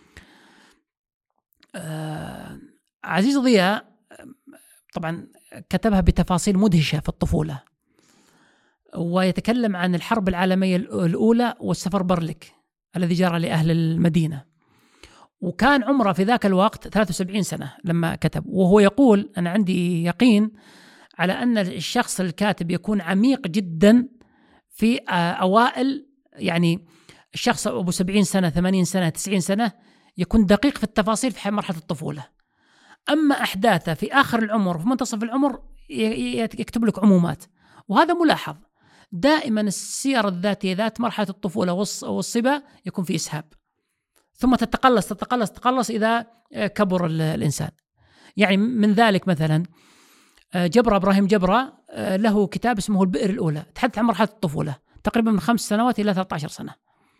آه عزيز ضياء طبعا كتبها بتفاصيل مدهشة في الطفولة، ويتكلم عن الحرب العالمية الأولى والسفر برلك الذي جرى لأهل المدينة، وكان عمره في ذاك الوقت ثلاث وسبعين سنة لما كتب. وهو يقول أنا عندي يقين على أن الشخص الكاتب يكون عميق جدا في أوائل، يعني الشخص أبو سبعين سنة ثمانين سنة تسعين سنة يكون دقيق في التفاصيل في مرحلة الطفولة. أما أحداثه في آخر العمر في منتصف العمر يكتب لك عمومات. وهذا ملاحظ دائما السير الذاتية ذات مرحلة الطفولة والصبا يكون في إسهاب، ثم تتقلص تتقلص تتقلص إذا كبر الإنسان. يعني من ذلك مثلا جبرة إبراهيم جبرة له كتاب اسمه البئر الأولى، تحدث عن مرحلة الطفولة تقريبا من خمس سنوات إلى ثلاثة عشر سنة.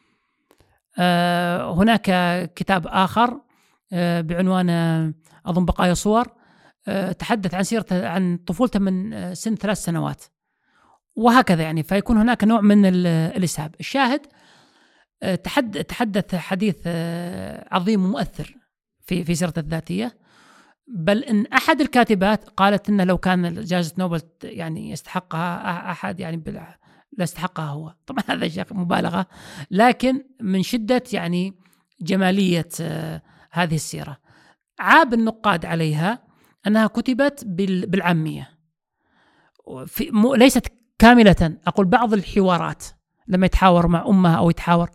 هناك كتاب آخر بعنوان أظن بقايا صور تحدث عن سيرته عن طفولته من سن ثلاث سنوات، وهكذا يعني. فيكون هناك نوع من الإسهاب. الشاهد تحدث حديث عظيم ومؤثر في في سيرته الذاتية، بل إن أحد الكاتبات قالت إنه لو كان جائزة نوبل يعني يستحقها أحد يعني لا يستحقها هو. طبعا هذا شيء مبالغة، لكن من شدة يعني جمالية هذه السيرة عاب النقاد عليها أنها كتبت بالعامية، في ليست كاملة. أقول بعض الحوارات لما يتحاور مع أمه أو يتحاور،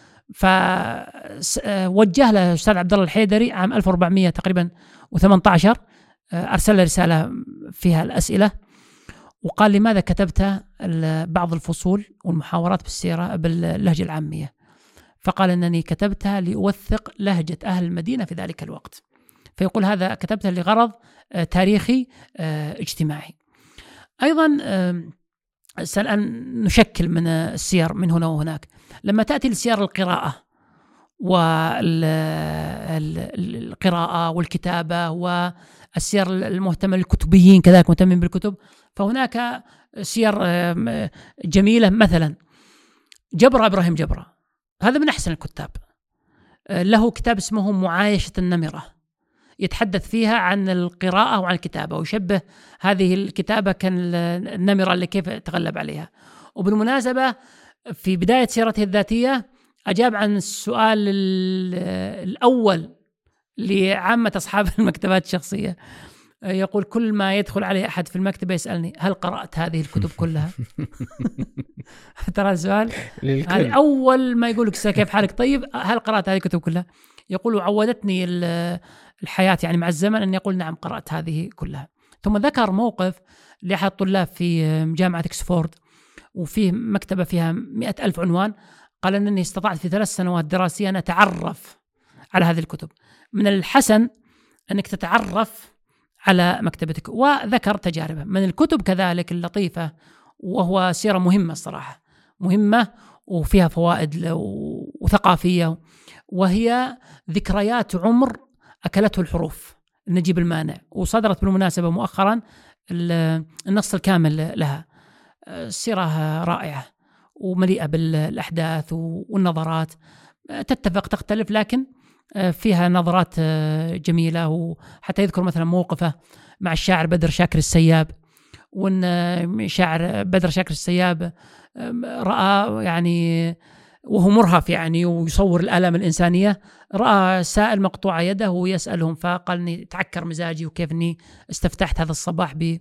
فوجه له الأستاذ عبد الله الحيدري عام ألف وأربعمائة تقريبا وثمانية عشر، أرسل له رسالة فيها الأسئلة وقال لماذا كتبت بعض الفصول والمحاورات بالسيرة باللهجة العامية؟ فقال أنني كتبتها لأوثق لهجة أهل المدينة في ذلك الوقت. فيقول هذا كتبتها لغرض تاريخي اجتماعي. أيضا الآن نشكل من السير من هنا وهناك. لما تأتي لسير القراءة والقراءة والكتابة والسير المهتمة للكتبيين كذلك مهتمين بالكتب، فهناك سير جميلة. مثلا جبرة إبراهيم جبرة هذا من أحسن الكتاب، له كتاب اسمه معايشة النمرة، يتحدث فيها عن القراءة وعن الكتابة، ويشبه هذه الكتابة كان النمرة اللي كيف تغلب عليها. وبالمناسبة في بداية سيرته الذاتية أجاب عن السؤال الأول لعامة أصحاب المكتبات الشخصية، يقول كل ما يدخل عليه أحد في المكتبة يسألني هل قرأت هذه الكتب كلها؟ ترى السؤال هذا أول ما يقول لك كيف حالك، طيب هل قرأت هذه الكتب كلها؟ يقول عودتني الحياة يعني مع الزمن أن يقول نعم قرأت هذه كلها. ثم ذكر موقف لأحد الطلاب في جامعة إكسفورد وفيه مكتبة فيها مئة ألف عنوان، قال أنني استطعت في ثلاث سنوات دراسية أن أتعرف على هذه الكتب. من الحسن أنك تتعرف على مكتبتك. وذكر تجاربه من الكتب كذلك اللطيفة، وهو سيرة مهمة الصراحة، مهمة وفيها فوائد وثقافية، وهي ذكريات عمر أكلته الحروف نجيب المانع، وصدرت بالمناسبة مؤخرا النص الكامل لها. سيرة رائعة ومليئة بالأحداث والنظرات، تتفق تختلف لكن فيها نظرات جميلة. وحتى يذكر مثلا موقفه مع الشاعر بدر شاكر السياب، وأن شاعر بدر شاكر السياب رأى يعني وهو مرهف يعني ويصور الآلام الإنسانية، رأى سائل مقطوع يده ويسألهم، فقال إني تعكر مزاجي وكيف إني استفتحت هذا الصباح ب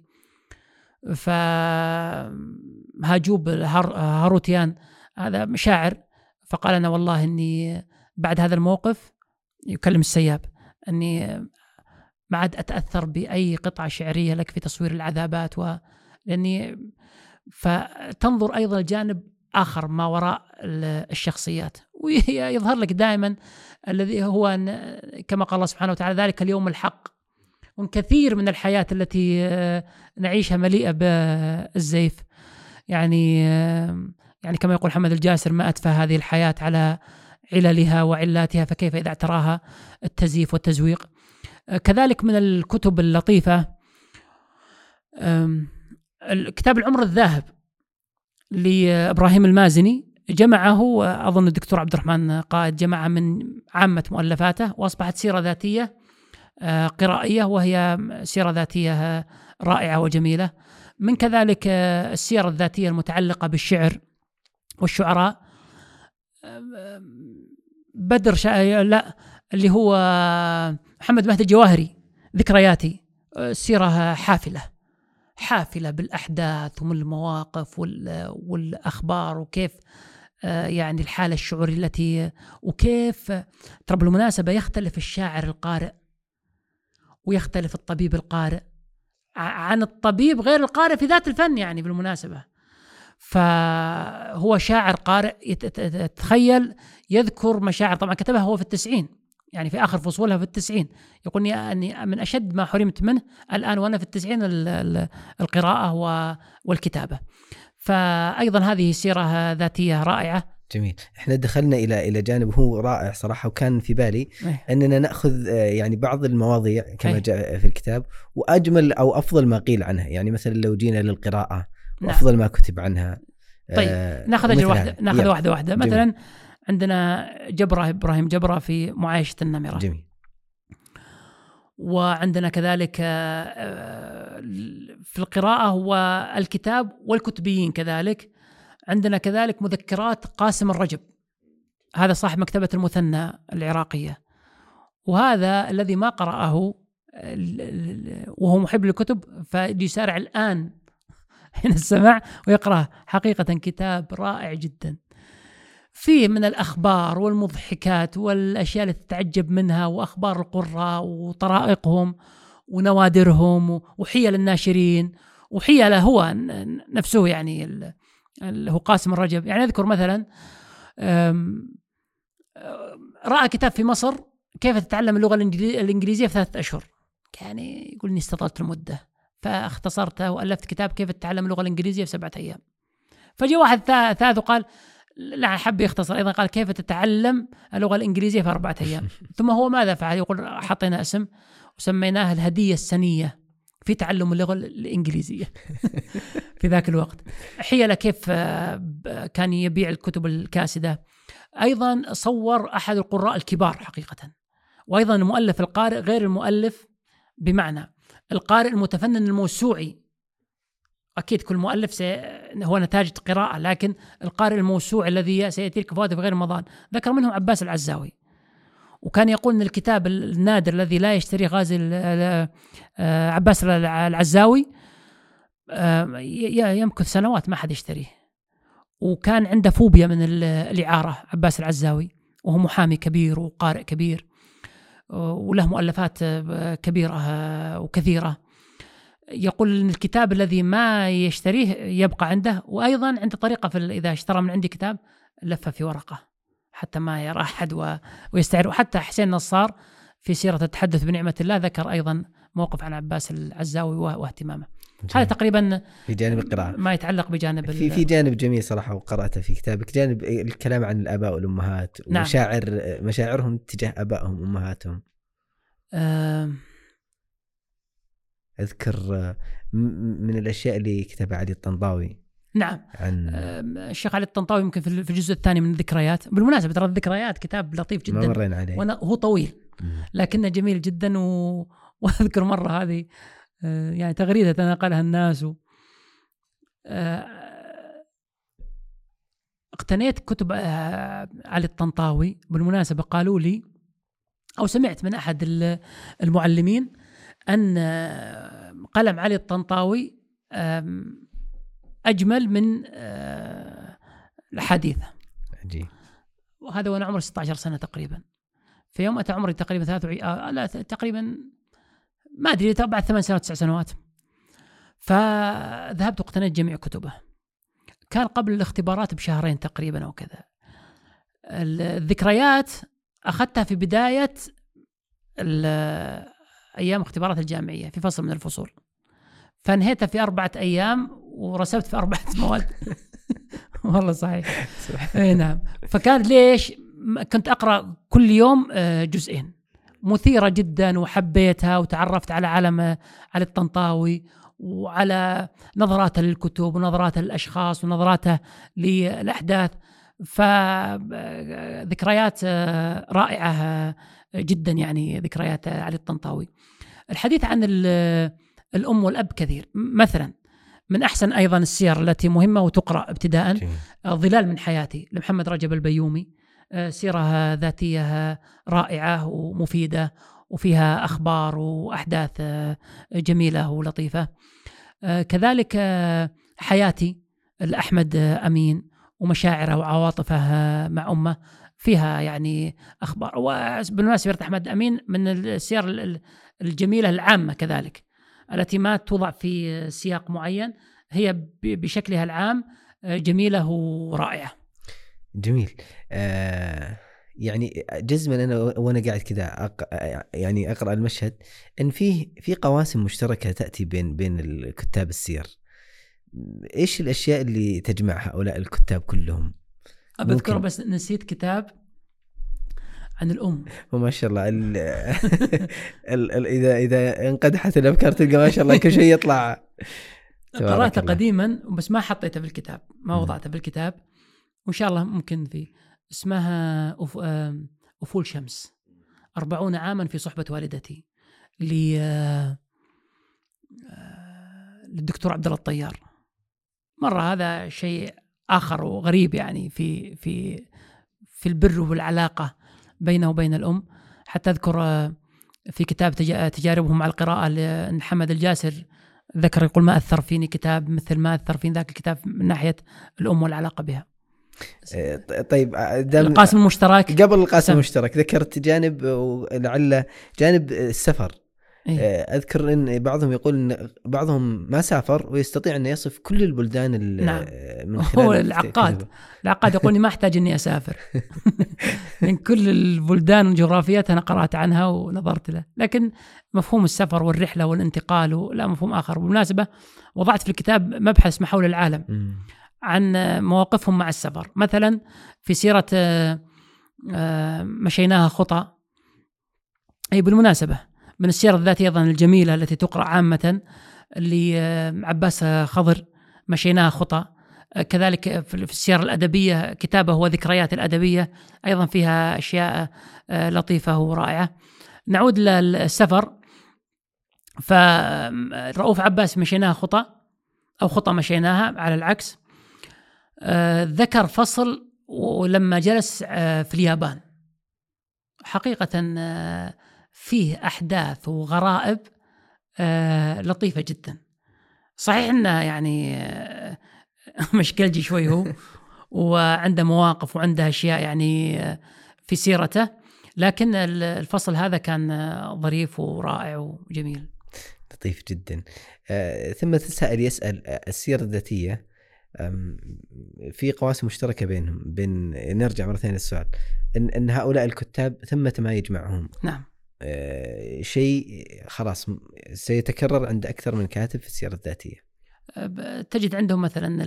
فهاجوب هاروتيان هذا شاعر، فقال أنا والله إني بعد هذا الموقف يكلم السياب أني ما عاد أتأثر بأي قطعة شعرية لك في تصوير العذابات، و... لأني فتنظر أيضا الجانب آخر ما وراء الشخصيات، ويظهر لك دائما الذي هو كما قال الله سبحانه وتعالى ذلك اليوم الحق. وكثير من الحياة التي نعيشها مليئة بالزيف، يعني يعني كما يقول محمد الجاسر ما أتفه هذه الحياة على عللها وعلاتها، فكيف إذا اعتراها التزييف والتزويق. كذلك من الكتب اللطيفة كتاب العمر الذاهب لإبراهيم المازني، جمعه أظن الدكتور عبد الرحمن قائد جمع من عامة مؤلفاته، وأصبحت سيرة ذاتية قرائية، وهي سيرة ذاتية رائعة وجميلة. من كذلك السيرة الذاتية المتعلقة بالشعر والشعراء، بدر شا... لا اللي هو محمد مهدي الجواهري ذكرياتي، سيرة حافلة حافلة بالأحداث ومن المواقف وال... والأخبار، وكيف يعني الحالة الشعورية التي، وكيف ترى بالمناسبة يختلف الشاعر القارئ ويختلف الطبيب القارئ عن الطبيب غير القارئ في ذات الفن يعني بالمناسبة. فهو شاعر قارئ تخيل يذكر مشاعر، طبعا كتبها هو في التسعين يعني في آخر فصولها في التسعين، يقول أني من أشد ما حرمت منه الآن وأنا في التسعين القراءة والكتابة. فأيضا هذه سيرة ذاتية رائعة. جميل. احنا دخلنا الى الى جانب هو رائع صراحه، وكان في بالي أيه. اننا ناخذ يعني بعض المواضيع كما أيه. جاء في الكتاب واجمل او افضل ما قيل عنها، يعني مثلا لو جينا للقراءه وافضل نعم. ما كتب عنها. طيب آه ناخذ اجل واحده ناخذ واحده واحده مثلا جميل. عندنا جبرة إبراهيم جبرة في معايشة النمرة. جميل. وعندنا كذلك في القراءة والكتاب والكتبيين كذلك عندنا كذلك مذكرات قاسم الرجب، هذا صاحب مكتبة المثنى العراقية، وهذا الذي ما قرأه وهو محب للكتب فيسارع الآن حين السمع ويقرأ. حقيقة كتاب رائع جدا، فيه من الأخبار والمضحكات والأشياء التي تتعجب منها، وأخبار القراء وطرائقهم ونوادرهم وحيل الناشرين وحيله هو نفسه يعني اللي هو قاسم الرجب. يعني أذكر مثلا رأى كتاب في مصر كيف تتعلم اللغة الإنجليزية في ثلاثة أشهر، يعني يقول إني استطلت المدة فاختصرته وألفت كتاب كيف تتعلم اللغة الإنجليزية في سبعة أيام. فجاء واحد ثالث وقال لا حب يختصر أيضا، قال كيف تتعلم اللغة الإنجليزية في أربعة أيام. ثم هو ماذا فعل؟ يقول حطينا اسم وسميناه الهدية السنية في تعلم اللغة الإنجليزية في ذاك الوقت. حيلة كيف كان يبيع الكتب الكاسدة. أيضا صور أحد القراء الكبار حقيقة، وأيضا المؤلف القارئ غير المؤلف، بمعنى القارئ المتفنن الموسوعي، أكيد كل مؤلف هو نتاج قراءة، لكن القارئ الموسوعي الذي سيأتي لك فوائد بغير مضان. ذكر منهم عباس العزاوي، وكان يقول أن الكتاب النادر الذي لا يشتري غازي عباس العزاوي يمكث سنوات ما حد يشتريه. وكان عنده فوبيا من الإعارة عباس العزاوي، وهو محامي كبير وقارئ كبير وله مؤلفات كبيرة وكثيرة. يقول أن الكتاب الذي ما يشتريه يبقى عنده، وأيضا عنده طريقة في إذا اشترى من عندي كتاب لفه في ورقة حتى ما يرى أحد ويستعر. وحتى حسين نصار في سيرة التحدث بنعمة الله ذكر أيضا موقف عن عباس العزاوي واهتمامه. هذا تقريبا في جانب القراءة ما يتعلق بجانب في في جانب جميل صراحة وقرأته في كتابك، جانب الكلام عن الآباء والأمهات ومشاعر نعم. مشاعرهم تجاه آبائهم وأمهاتهم. أه أذكر من الأشياء اللي كتبها علي الطنطاوي. نعم عن الشيخ علي الطنطاوي يمكن في الجزء الثاني من الذكريات. بالمناسبة ترى الذكريات كتاب لطيف جدا، ما مرينا عليه وهو طويل لكنه جميل جدا. و... وأذكر مرة هذه يعني تغريدة تناقلها الناس. اقتنيت كتب علي الطنطاوي بالمناسبة. قالوا لي أو سمعت من أحد المعلمين أن قلم علي الطنطاوي أجمل من الحديث. عجيب. وهذا وأنا عمري ستة عشر سنة تقريبا. في يوم أتى عمري تقريبا ثلاثة وعي... آه لا تقريبا ما أدري بعد ثمان سنوات تسع سنوات. فذهبت واقتنيت جميع كتبه. كان قبل الاختبارات بشهرين تقريبا أو كذا. الذكريات أخذتها في بداية أيام اختبارات الجامعية في فصل من الفصول، فانهيتها في أربعة أيام ورسبت في أربعة مواد. والله صحيح. اي نعم. فكان ليش كنت أقرأ كل يوم جزئين، مثيرة جدا وحبيتها وتعرفت على عالم علي الطنطاوي وعلى نظراته للكتب ونظراته للأشخاص ونظراته للأحداث. فذكريات رائعة جدا يعني ذكريات علي الطنطاوي. الحديث عن الأم والأب كثير. مثلا من أحسن أيضا السير التي مهمة وتقرأ ابتداء ظلال من حياتي لمحمد رجب البيومي، سيرة ذاتية رائعة ومفيدة وفيها أخبار وأحداث جميلة ولطيفة. كذلك حياتي لأحمد أمين ومشاعره وعواطفه مع أمه، فيها يعني أخبار. وبالمناسبة سيرة أحمد أمين من السير الجميلة العامة كذلك التي ما توضع في سياق معين، هي بشكلها العام جميلة ورائعة. جميل. آه يعني جزما أنا وأنا قاعد كذا أق... يعني أقرأ المشهد إن فيه في قواسم مشتركة تأتي بين بين الكتاب السير. إيش الأشياء اللي تجمع هؤلاء الكتاب كلهم؟ أذكر بس نسيت كتاب عن الأم. وما شاء الله ال ال ال إذا إذا انقدحت الأفكار تلقى ما شاء الله كل شيء يطلع. قرأته قديما بس ما حطيته في الكتاب، ما وضعته في الكتاب، وإن شاء الله ممكن في. اسمها أف... أفول شمس، أربعون عاما في صحبة والدتي، للدكتور عبد الله الطيار. مرة هذا شيء آخر وغريب يعني في في في البر والعلاقة بينه وبين الأم. حتى أذكر في كتاب تجاربهم مع القراءة لحمد الجاسر ذكر يقول ما أثر فيني كتاب مثل ما أثر فيني ذاك الكتاب من ناحية الأم والعلاقة بها. طيب القاسم المشترك، قبل القاسم المشترك ذكرت جانب ولعل جانب السفر. إيه؟ أذكر إن بعضهم يقول إن بعضهم ما سافر ويستطيع أن يصف كل البلدان. نعم. من خلال هو العقاد العقاد يقول إني ما أحتاج إني أسافر من كل البلدان والجغرافيات أنا قرأت عنها ونظرت له. لكن مفهوم السفر والرحلة والانتقال لا مفهوم آخر. بالمناسبة وضعت في الكتاب مبحث ما حول العالم م. عن مواقفهم مع السفر. مثلا في سيرة مشيناها خطى، أي بالمناسبة من السيرة الذاتية أيضا الجميلة التي تقرأ عامة لعباس خضر مشيناها خطى. كذلك في السيرة الأدبية كتابه وذكريات الأدبية أيضا فيها أشياء لطيفة ورائعة. نعود للسفر، فرؤوف عباس مشيناها خطى أو خطى مشيناها على العكس، ذكر فصل ولما جلس في اليابان حقيقة فيه أحداث وغرائب لطيفة جدا. صحيح أنه يعني مشكلجي شوي هو وعنده مواقف وعنده أشياء يعني في سيرته، لكن الفصل هذا كان ظريف ورائع وجميل لطيف جدا. ثم تسأل يسأل السيرة الذاتية في قواسم مشتركة بينهم، بين نرجع مرة ثانية للسؤال إن, إن هؤلاء الكتاب ثمة ما يجمعهم. نعم. آه شيء خلاص سيتكرر عند أكثر من كاتب في السيرة الذاتية. تجد عندهم مثلا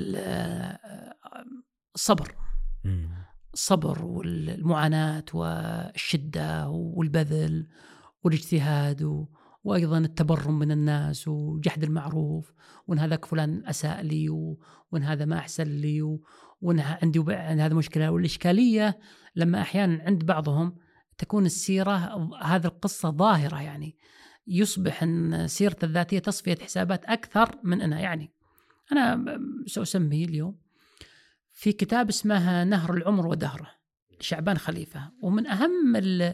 الصبر الصبر والمعاناة والشدة والبذل والاجتهاد وأيضا التبرم من الناس وجحد المعروف، وإن هذاك فلان أساء لي وإن هذا ما أحسن لي وإن عندي هذا مشكلة. والإشكالية لما أحيانا عند بعضهم تكون السيرة هذه القصة ظاهرة، يعني يصبح أن سيرة الذاتية تصفية حسابات أكثر من أنا. يعني أنا سأسميه اليوم في كتاب اسمه نهر العمر ودهره شعبان خليفة، ومن أهم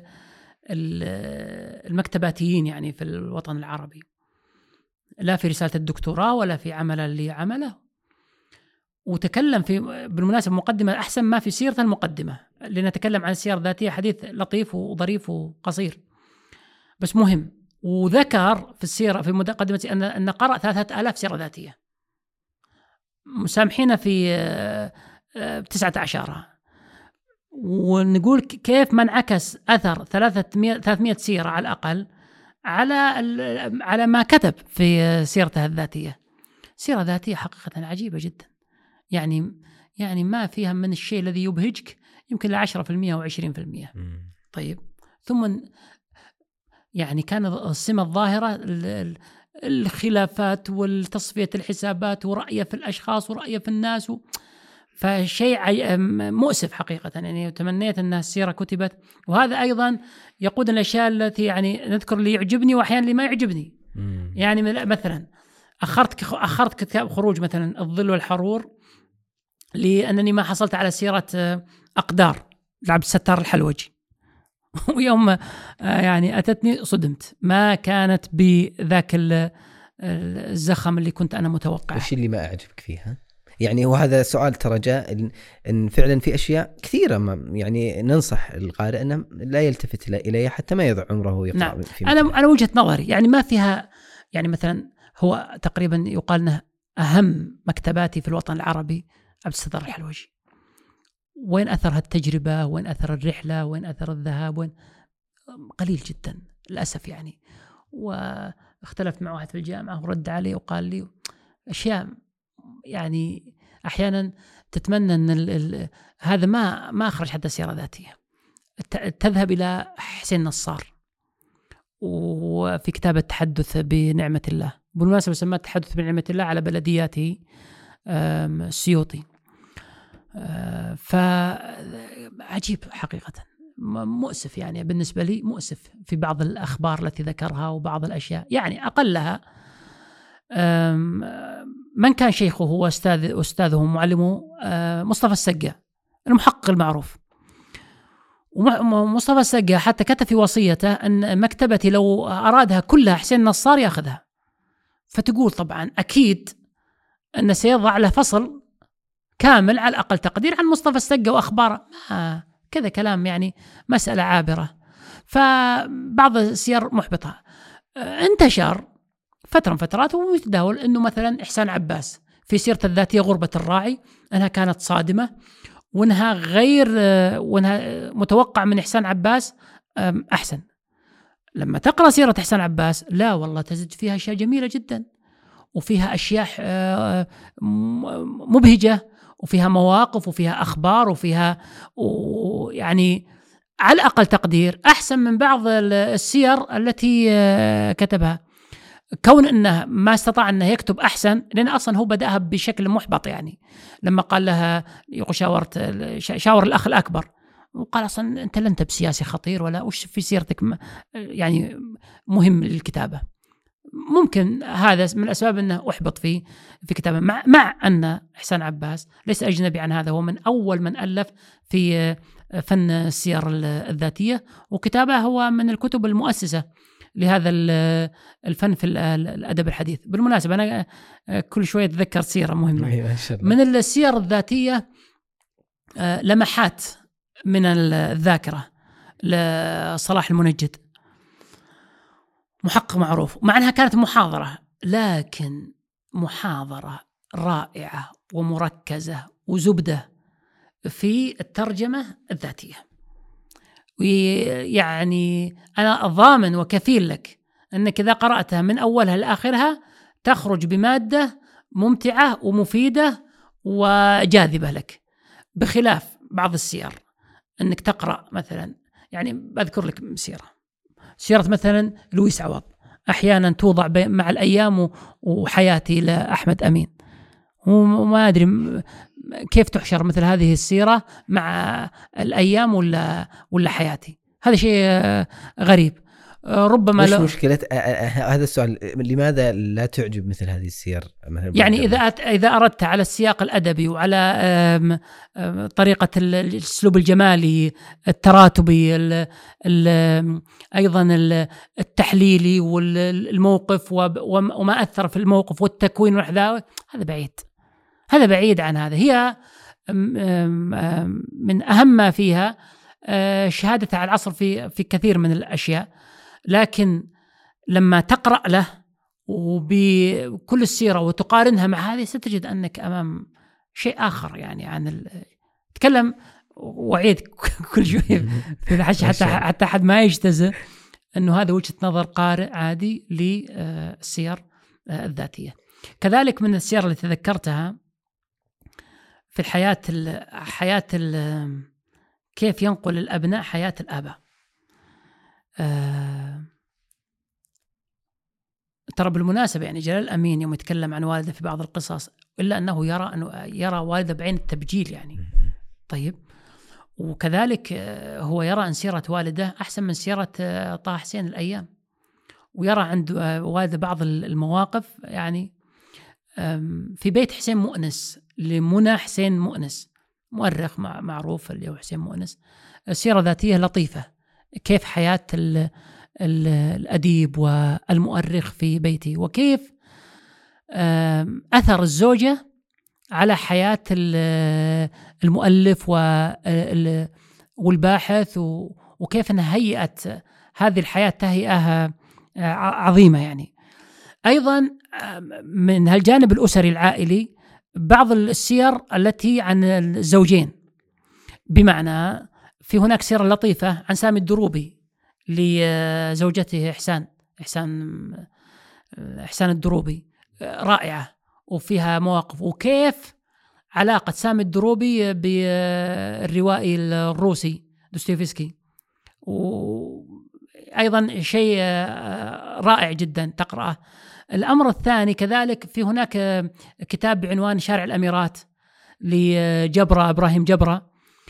المكتباتيين يعني في الوطن العربي، لا في رسالة الدكتوراه ولا في عمل اللي عمله. وتكلم في بالمناسبة مقدمة أحسن ما في سيرة المقدمة، لنتكلم عن السيرة الذاتية حديث لطيف وظريف وقصير بس مهم. وذكر في السيرة في مقدمة أن أن قرأ ثلاثة آلاف سيرة ذاتية مسامحين في تسعة عشر، ونقول كيف ما انعكس أثر ثلاثمائة سيرة على الأقل على على ما كتب في سيرته الذاتية. سيرة ذاتية حقيقة عجيبة جدا، يعني يعني ما فيها من الشيء الذي يبهجك يمكن لعشرة في المئة أو عشرين في المئة. طيب ثم يعني كان السمة الظاهرة الخلافات والتصفية الحسابات ورأيه في الأشخاص ورأيه في الناس و... فشيء مؤسف حقيقة. يعني تمنيت أن السيرة كتبت، وهذا أيضا يقود الأشياء التي يعني نذكر اللي يعجبني وأحيانا اللي ما يعجبني. مم. يعني مثلا أخرت أخرت كتاب خروج مثلا الظل والحرور لأنني ما حصلت على سيرة أقدار لعبد الستار الحلوجي ويوم يعني أتتني صدمت، ما كانت بذاك الزخم اللي كنت أنا متوقع. وش اللي ما أعجبك فيها؟ يعني وهذا سؤال ترى جاء إن, إن فعلا في أشياء كثيرة ما يعني ننصح القارئ أنه لا يلتفت إليها حتى ما يضع عمره يقرأ. نعم. في أنا أنا وجهة نظري يعني ما فيها، يعني مثلا هو تقريبا يقال أنه أهم مكتباتي في الوطن العربي عبد الستار الحلوجي. وين أثر هالتجربة؟ وين أثر الرحلة؟ وين أثر الذهاب؟ وين؟ قليل جدا للأسف يعني. واختلفت مع واحد في الجامعة ورد علي وقال لي أشياء يعني أحيانا تتمنى أن ال ال هذا ما ما أخرج حتى سيرة ذاتية. تذهب إلى حسين نصار وفي كتاب التحدث بنعمة الله، بالمناسبة سماه التحدث بنعمة الله على بلدياته السيوطي. فعجيب حقيقة، مؤسف يعني بالنسبة لي، مؤسف في بعض الأخبار التي ذكرها وبعض الأشياء. يعني أقلها من كان شيخه هو أستاذ أستاذه ومعلمه مصطفى السقا المحقق المعروف. ومصطفى السقا حتى كتب في وصيته أن مكتبتي لو أرادها كلها حسين نصار يأخذها. فتقول طبعا أكيد أن سيضع له فصل كامل على أقل تقدير عن مصطفى السقا وأخباره. ما كذا كلام يعني مسألة عابرة. فبعض السير محبطة انتشر فترة من فترات ويتداول أنه مثلا إحسان عباس في سيرته الذاتية غربة الراعي أنها كانت صادمة، وأنها غير وأنها متوقع من إحسان عباس أحسن. لما تقرأ سيرة إحسان عباس لا والله تجد فيها أشياء جميلة جدا، وفيها أشياء مبهجة، وفيها مواقف، وفيها أخبار، وفيها يعني على أقل تقدير أحسن من بعض السير التي كتبها. كون أنه ما استطاع أنه يكتب أحسن لأن أصلا هو بدأها بشكل محبط. يعني لما قال لها شاورت شاور الأخ الأكبر وقال أصلا أنت لن تب سياسي خطير ولا وش في سيرتك يعني مهم للكتابة. ممكن هذا من الأسباب أنه أحبط في في كتابه، مع, مع أن إحسان عباس ليس أجنبي عن هذا، هو من أول من ألف في فن السير الذاتية، وكتابه هو من الكتب المؤسسة لهذا الفن في الأدب الحديث. بالمناسبة أنا كل شوية أتذكر سيرة مهمة من السير الذاتية، لمحات من الذاكرة لصلاح المنجد، محقق معروف، مع أنها كانت محاضرة لكن محاضرة رائعة ومركزة وزبدة في الترجمة الذاتية. ويعني أنا ضامن وكفيل لك أنك إذا قرأتها من أولها لآخرها تخرج بمادة ممتعة ومفيدة وجاذبة لك، بخلاف بعض السير أنك تقرأ مثلا. يعني بذكر لك سيرة سيرة مثلا لويس عوض، أحيانا توضع مع الأيام وحياتي لأحمد أمين، وما أدري كيف تحشر مثل هذه السيرة مع الأيام ولا ولا حياتي. هذا شيء غريب. ربما مش مشكلة هذا السؤال، لماذا لا تعجب مثل هذه السير؟ يعني إذا إذا أردت على السياق الأدبي وعلى طريقة الأسلوب الجمالي التراتبي ال ال أيضا التحليلي والموقف وما أثر في الموقف والتكوين والأحداث، هذا بعيد، هذا بعيد عن هذا. هي من أهم ما فيها شهادة على العصر في في كثير من الأشياء، لكن لما تقرأ له وبكل السيرة وتقارنها مع هذه ستجد أنك أمام شيء آخر. يعني عن ال... تكلم وعيد كل شوية في الحش حتى حتى حد ما يجتزئ أنه هذا وجهة نظر قارئ عادي للسير الذاتية. كذلك من السير التي ذكرتها في الحياة ال... حياة ال... كيف ينقل الأبناء حياة الآباء. آه... ترى بالمناسبة يعني جلال الأمين يوم يتكلم عن والده في بعض القصص إلا أنه يرى أنه يرى والده بعين التبجيل يعني. طيب، وكذلك هو يرى أن سيرة والده أحسن من سيرة طه حسين الأيام، ويرى عند والده بعض المواقف. يعني في بيت حسين مؤنس لمنى حسين مؤنس، مؤرخ معروف اللي هو حسين مؤنس، السيرة ذاتية لطيفة، كيف حياة ال ال الأديب والمؤرخ في بيته، وكيف أثر الزوجة على حياة المؤلف والباحث، وكيف أنها هيئت هذه الحياة تهيئة عظيمة. يعني أيضا من هالجانب الأسري العائلي بعض السير التي عن الزوجين، بمعنى في هناك سيرة لطيفة عن سامي الدروبي لزوجته إحسان إحسان إحسان الدروبي، رائعة وفيها مواقف، وكيف علاقة سامي الدروبي بالروائي الروسي دوستويفسكي، وأيضا شيء رائع جدا تقرأه. الأمر الثاني كذلك في هناك كتاب بعنوان شارع الأميرات لجبرة إبراهيم جبرة.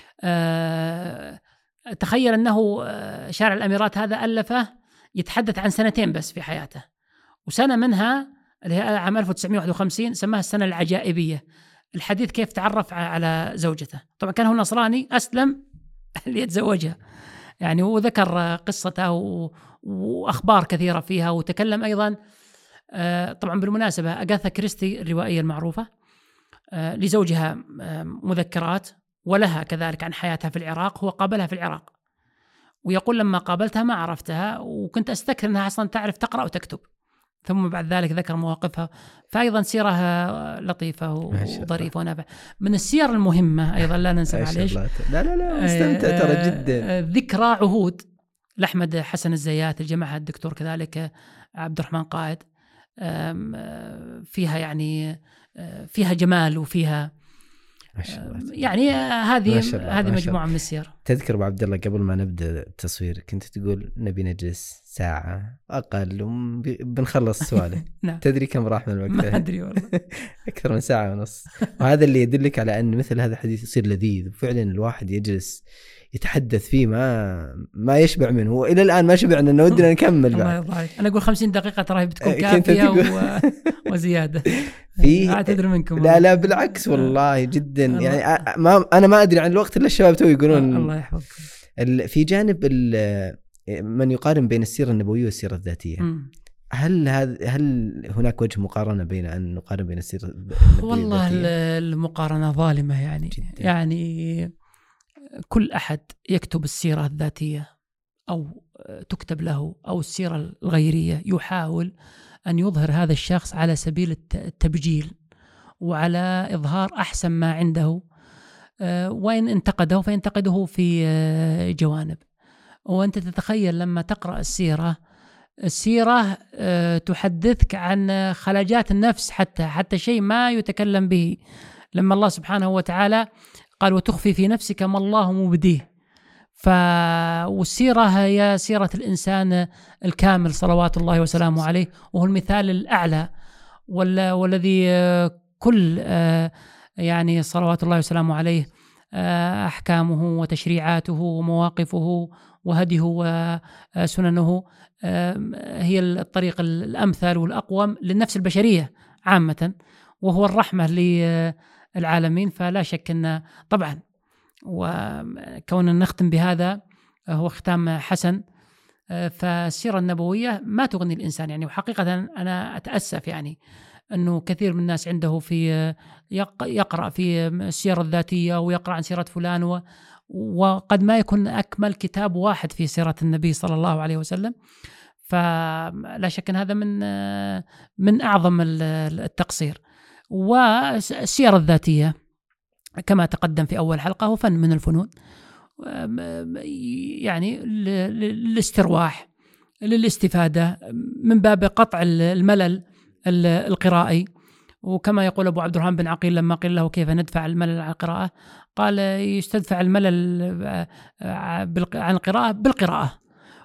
تخيل أنه شارع الأميرات هذا ألفه يتحدث عن سنتين بس في حياته، وسنة منها اللي هي عام ألف وتسعمائة وواحد وخمسين سماها السنة العجائبية، الحديث كيف تعرف على زوجته. طبعا كان هو نصراني أسلم ليتزوجها يعني، وذكر قصته وأخبار كثيرة فيها، وتكلم أيضا طبعا بالمناسبة أغاثا كريستي الروائية المعروفة لزوجها مذكرات، ولها كذلك عن حياتها في العراق. هو قابلها في العراق ويقول لما قابلتها ما عرفتها، وكنت أستكثر أنها أصلا تعرف تقرأ وتكتب، ثم بعد ذلك ذكر مواقفها. فأيضا سيرة لطيفة وظريفة ونافعة. من السير المهمة أيضا لا ننسى معليش، لا لا لا استمتع ترى جدا، ذكرى عهود لأحمد حسن الزيات الجماعة الدكتور كذلك عبد الرحمن قائد، فيها يعني فيها جمال وفيها يعني هذه هذه مجموعة من السير. تذكر أبو عبد الله قبل ما نبدأ التصوير كنت تقول نبي نجلس ساعة أقل وبنخلص سؤاله. نعم. تدري كم راح من الوقت؟ ما أدري والله. أكثر من ساعة ونص. وهذا اللي يدلك على أن مثل هذا الحديث يصير لذيذ، وفعلا الواحد يجلس يتحدث فيه ما ما يشبع منه. وإلى الآن ما شبعنا، إنه ودنا نكمل بعد. أنا أقول خمسين دقيقة ترى بتكون كافية و... وزيادة. في أعتذر منكم. لا لا بالعكس والله جدا يعني ما أنا ما أدري عن الوقت إلا الشباب تو يقولون. الله يحفظكم. في جانب من يقارن بين السيرة النبوية والسيرة الذاتية، م. هل هذا هل هناك وجه مقارنة بين أن نقارن بين السيرة النبوية والله والذاتية؟ المقارنة ظالمة يعني جداً. يعني كل أحد يكتب السيرة الذاتية أو تكتب له أو السيرة الغيرية يحاول أن يظهر هذا الشخص على سبيل التبجيل وعلى إظهار أحسن ما عنده، وإن انتقده فينتقده في جوانب. وأنت تتخيل لما تقرأ السيرة السيرة تحدثك عن خلاجات النفس، حتى حتى شيء ما يتكلم به، لما الله سبحانه وتعالى قال وتخفي في نفسك ما الله مبديه. ف والسيرة هي سيرة الإنسان الكامل صلوات الله وسلامه عليه، وهو المثال الأعلى والذي كل يعني صلوات الله وسلامه عليه أحكامه وتشريعاته ومواقفه وهديه وسننه هي الطريق الأمثل والأقوم للنفس البشرية عامة، وهو الرحمة للعالمين. فلا شك أن طبعا وكون نختم بهذا هو ختام حسن. فالسيرة النبوية ما تغني الإنسان يعني، وحقيقة أنا أتأسف يعني أنه كثير من الناس عنده في يقرأ في السيرة الذاتية ويقرأ عن سيرة فلان، وقد ما يكون أكمل كتاب واحد في سيرة النبي صلى الله عليه وسلم. فلا شك أن هذا من من أعظم التقصير. والسيرة الذاتية كما تقدم في أول حلقة هو فن من الفنون، يعني للاسترواح للاستفادة من باب قطع الملل القرائي. وكما يقول أبو عبد الرحمن بن عقيل لما قيل له كيف ندفع الملل عن القراءة، قال يستدفع الملل عن القراءة بالقراءة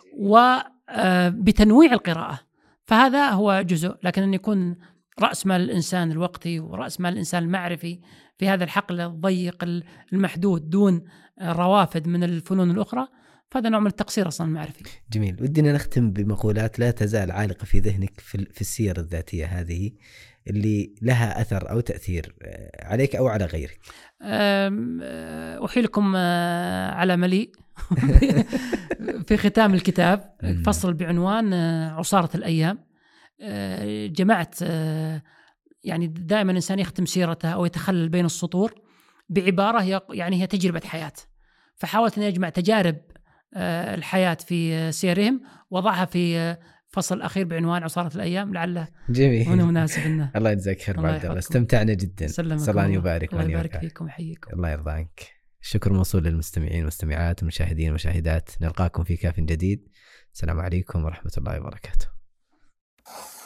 وبتنويع القراءة. فهذا هو جزء، لكن أن يكون رأس مال الإنسان الوقتي ورأس مال الإنسان المعرفي في هذا الحقل الضيق المحدود دون روافد من الفنون الأخرى، فهذا نوع من التقصير أصلا المعرفي. جميل. ودنا نختم بمقولات لا تزال عالقة في ذهنك في السير الذاتية هذه اللي لها أثر أو تأثير عليك أو على غيرك. أحيلكم على مليء في ختام الكتاب فصل بعنوان عصارة الأيام. جمعت يعني دائما الإنسان يختم سيرته أو يتخلل بين السطور بعبارة يعني هي تجربة حياة. فحاولت أن أجمع تجارب الحياة في سيرهم وضعها في فصل أخير بعنوان عصارة الأيام، لعله جميل هنا مناسب إنه. الله يجزاك خير عبد الله، استمتعنا جدا. صلى الله يبارك الله يبارك فيكم ويحييكم. الله يرضى عنك. الشكر موصول للمستمعين والمستمعات والمشاهدين والمشاهدات. نلقاكم في كاف جديد. السلام عليكم ورحمة الله وبركاته.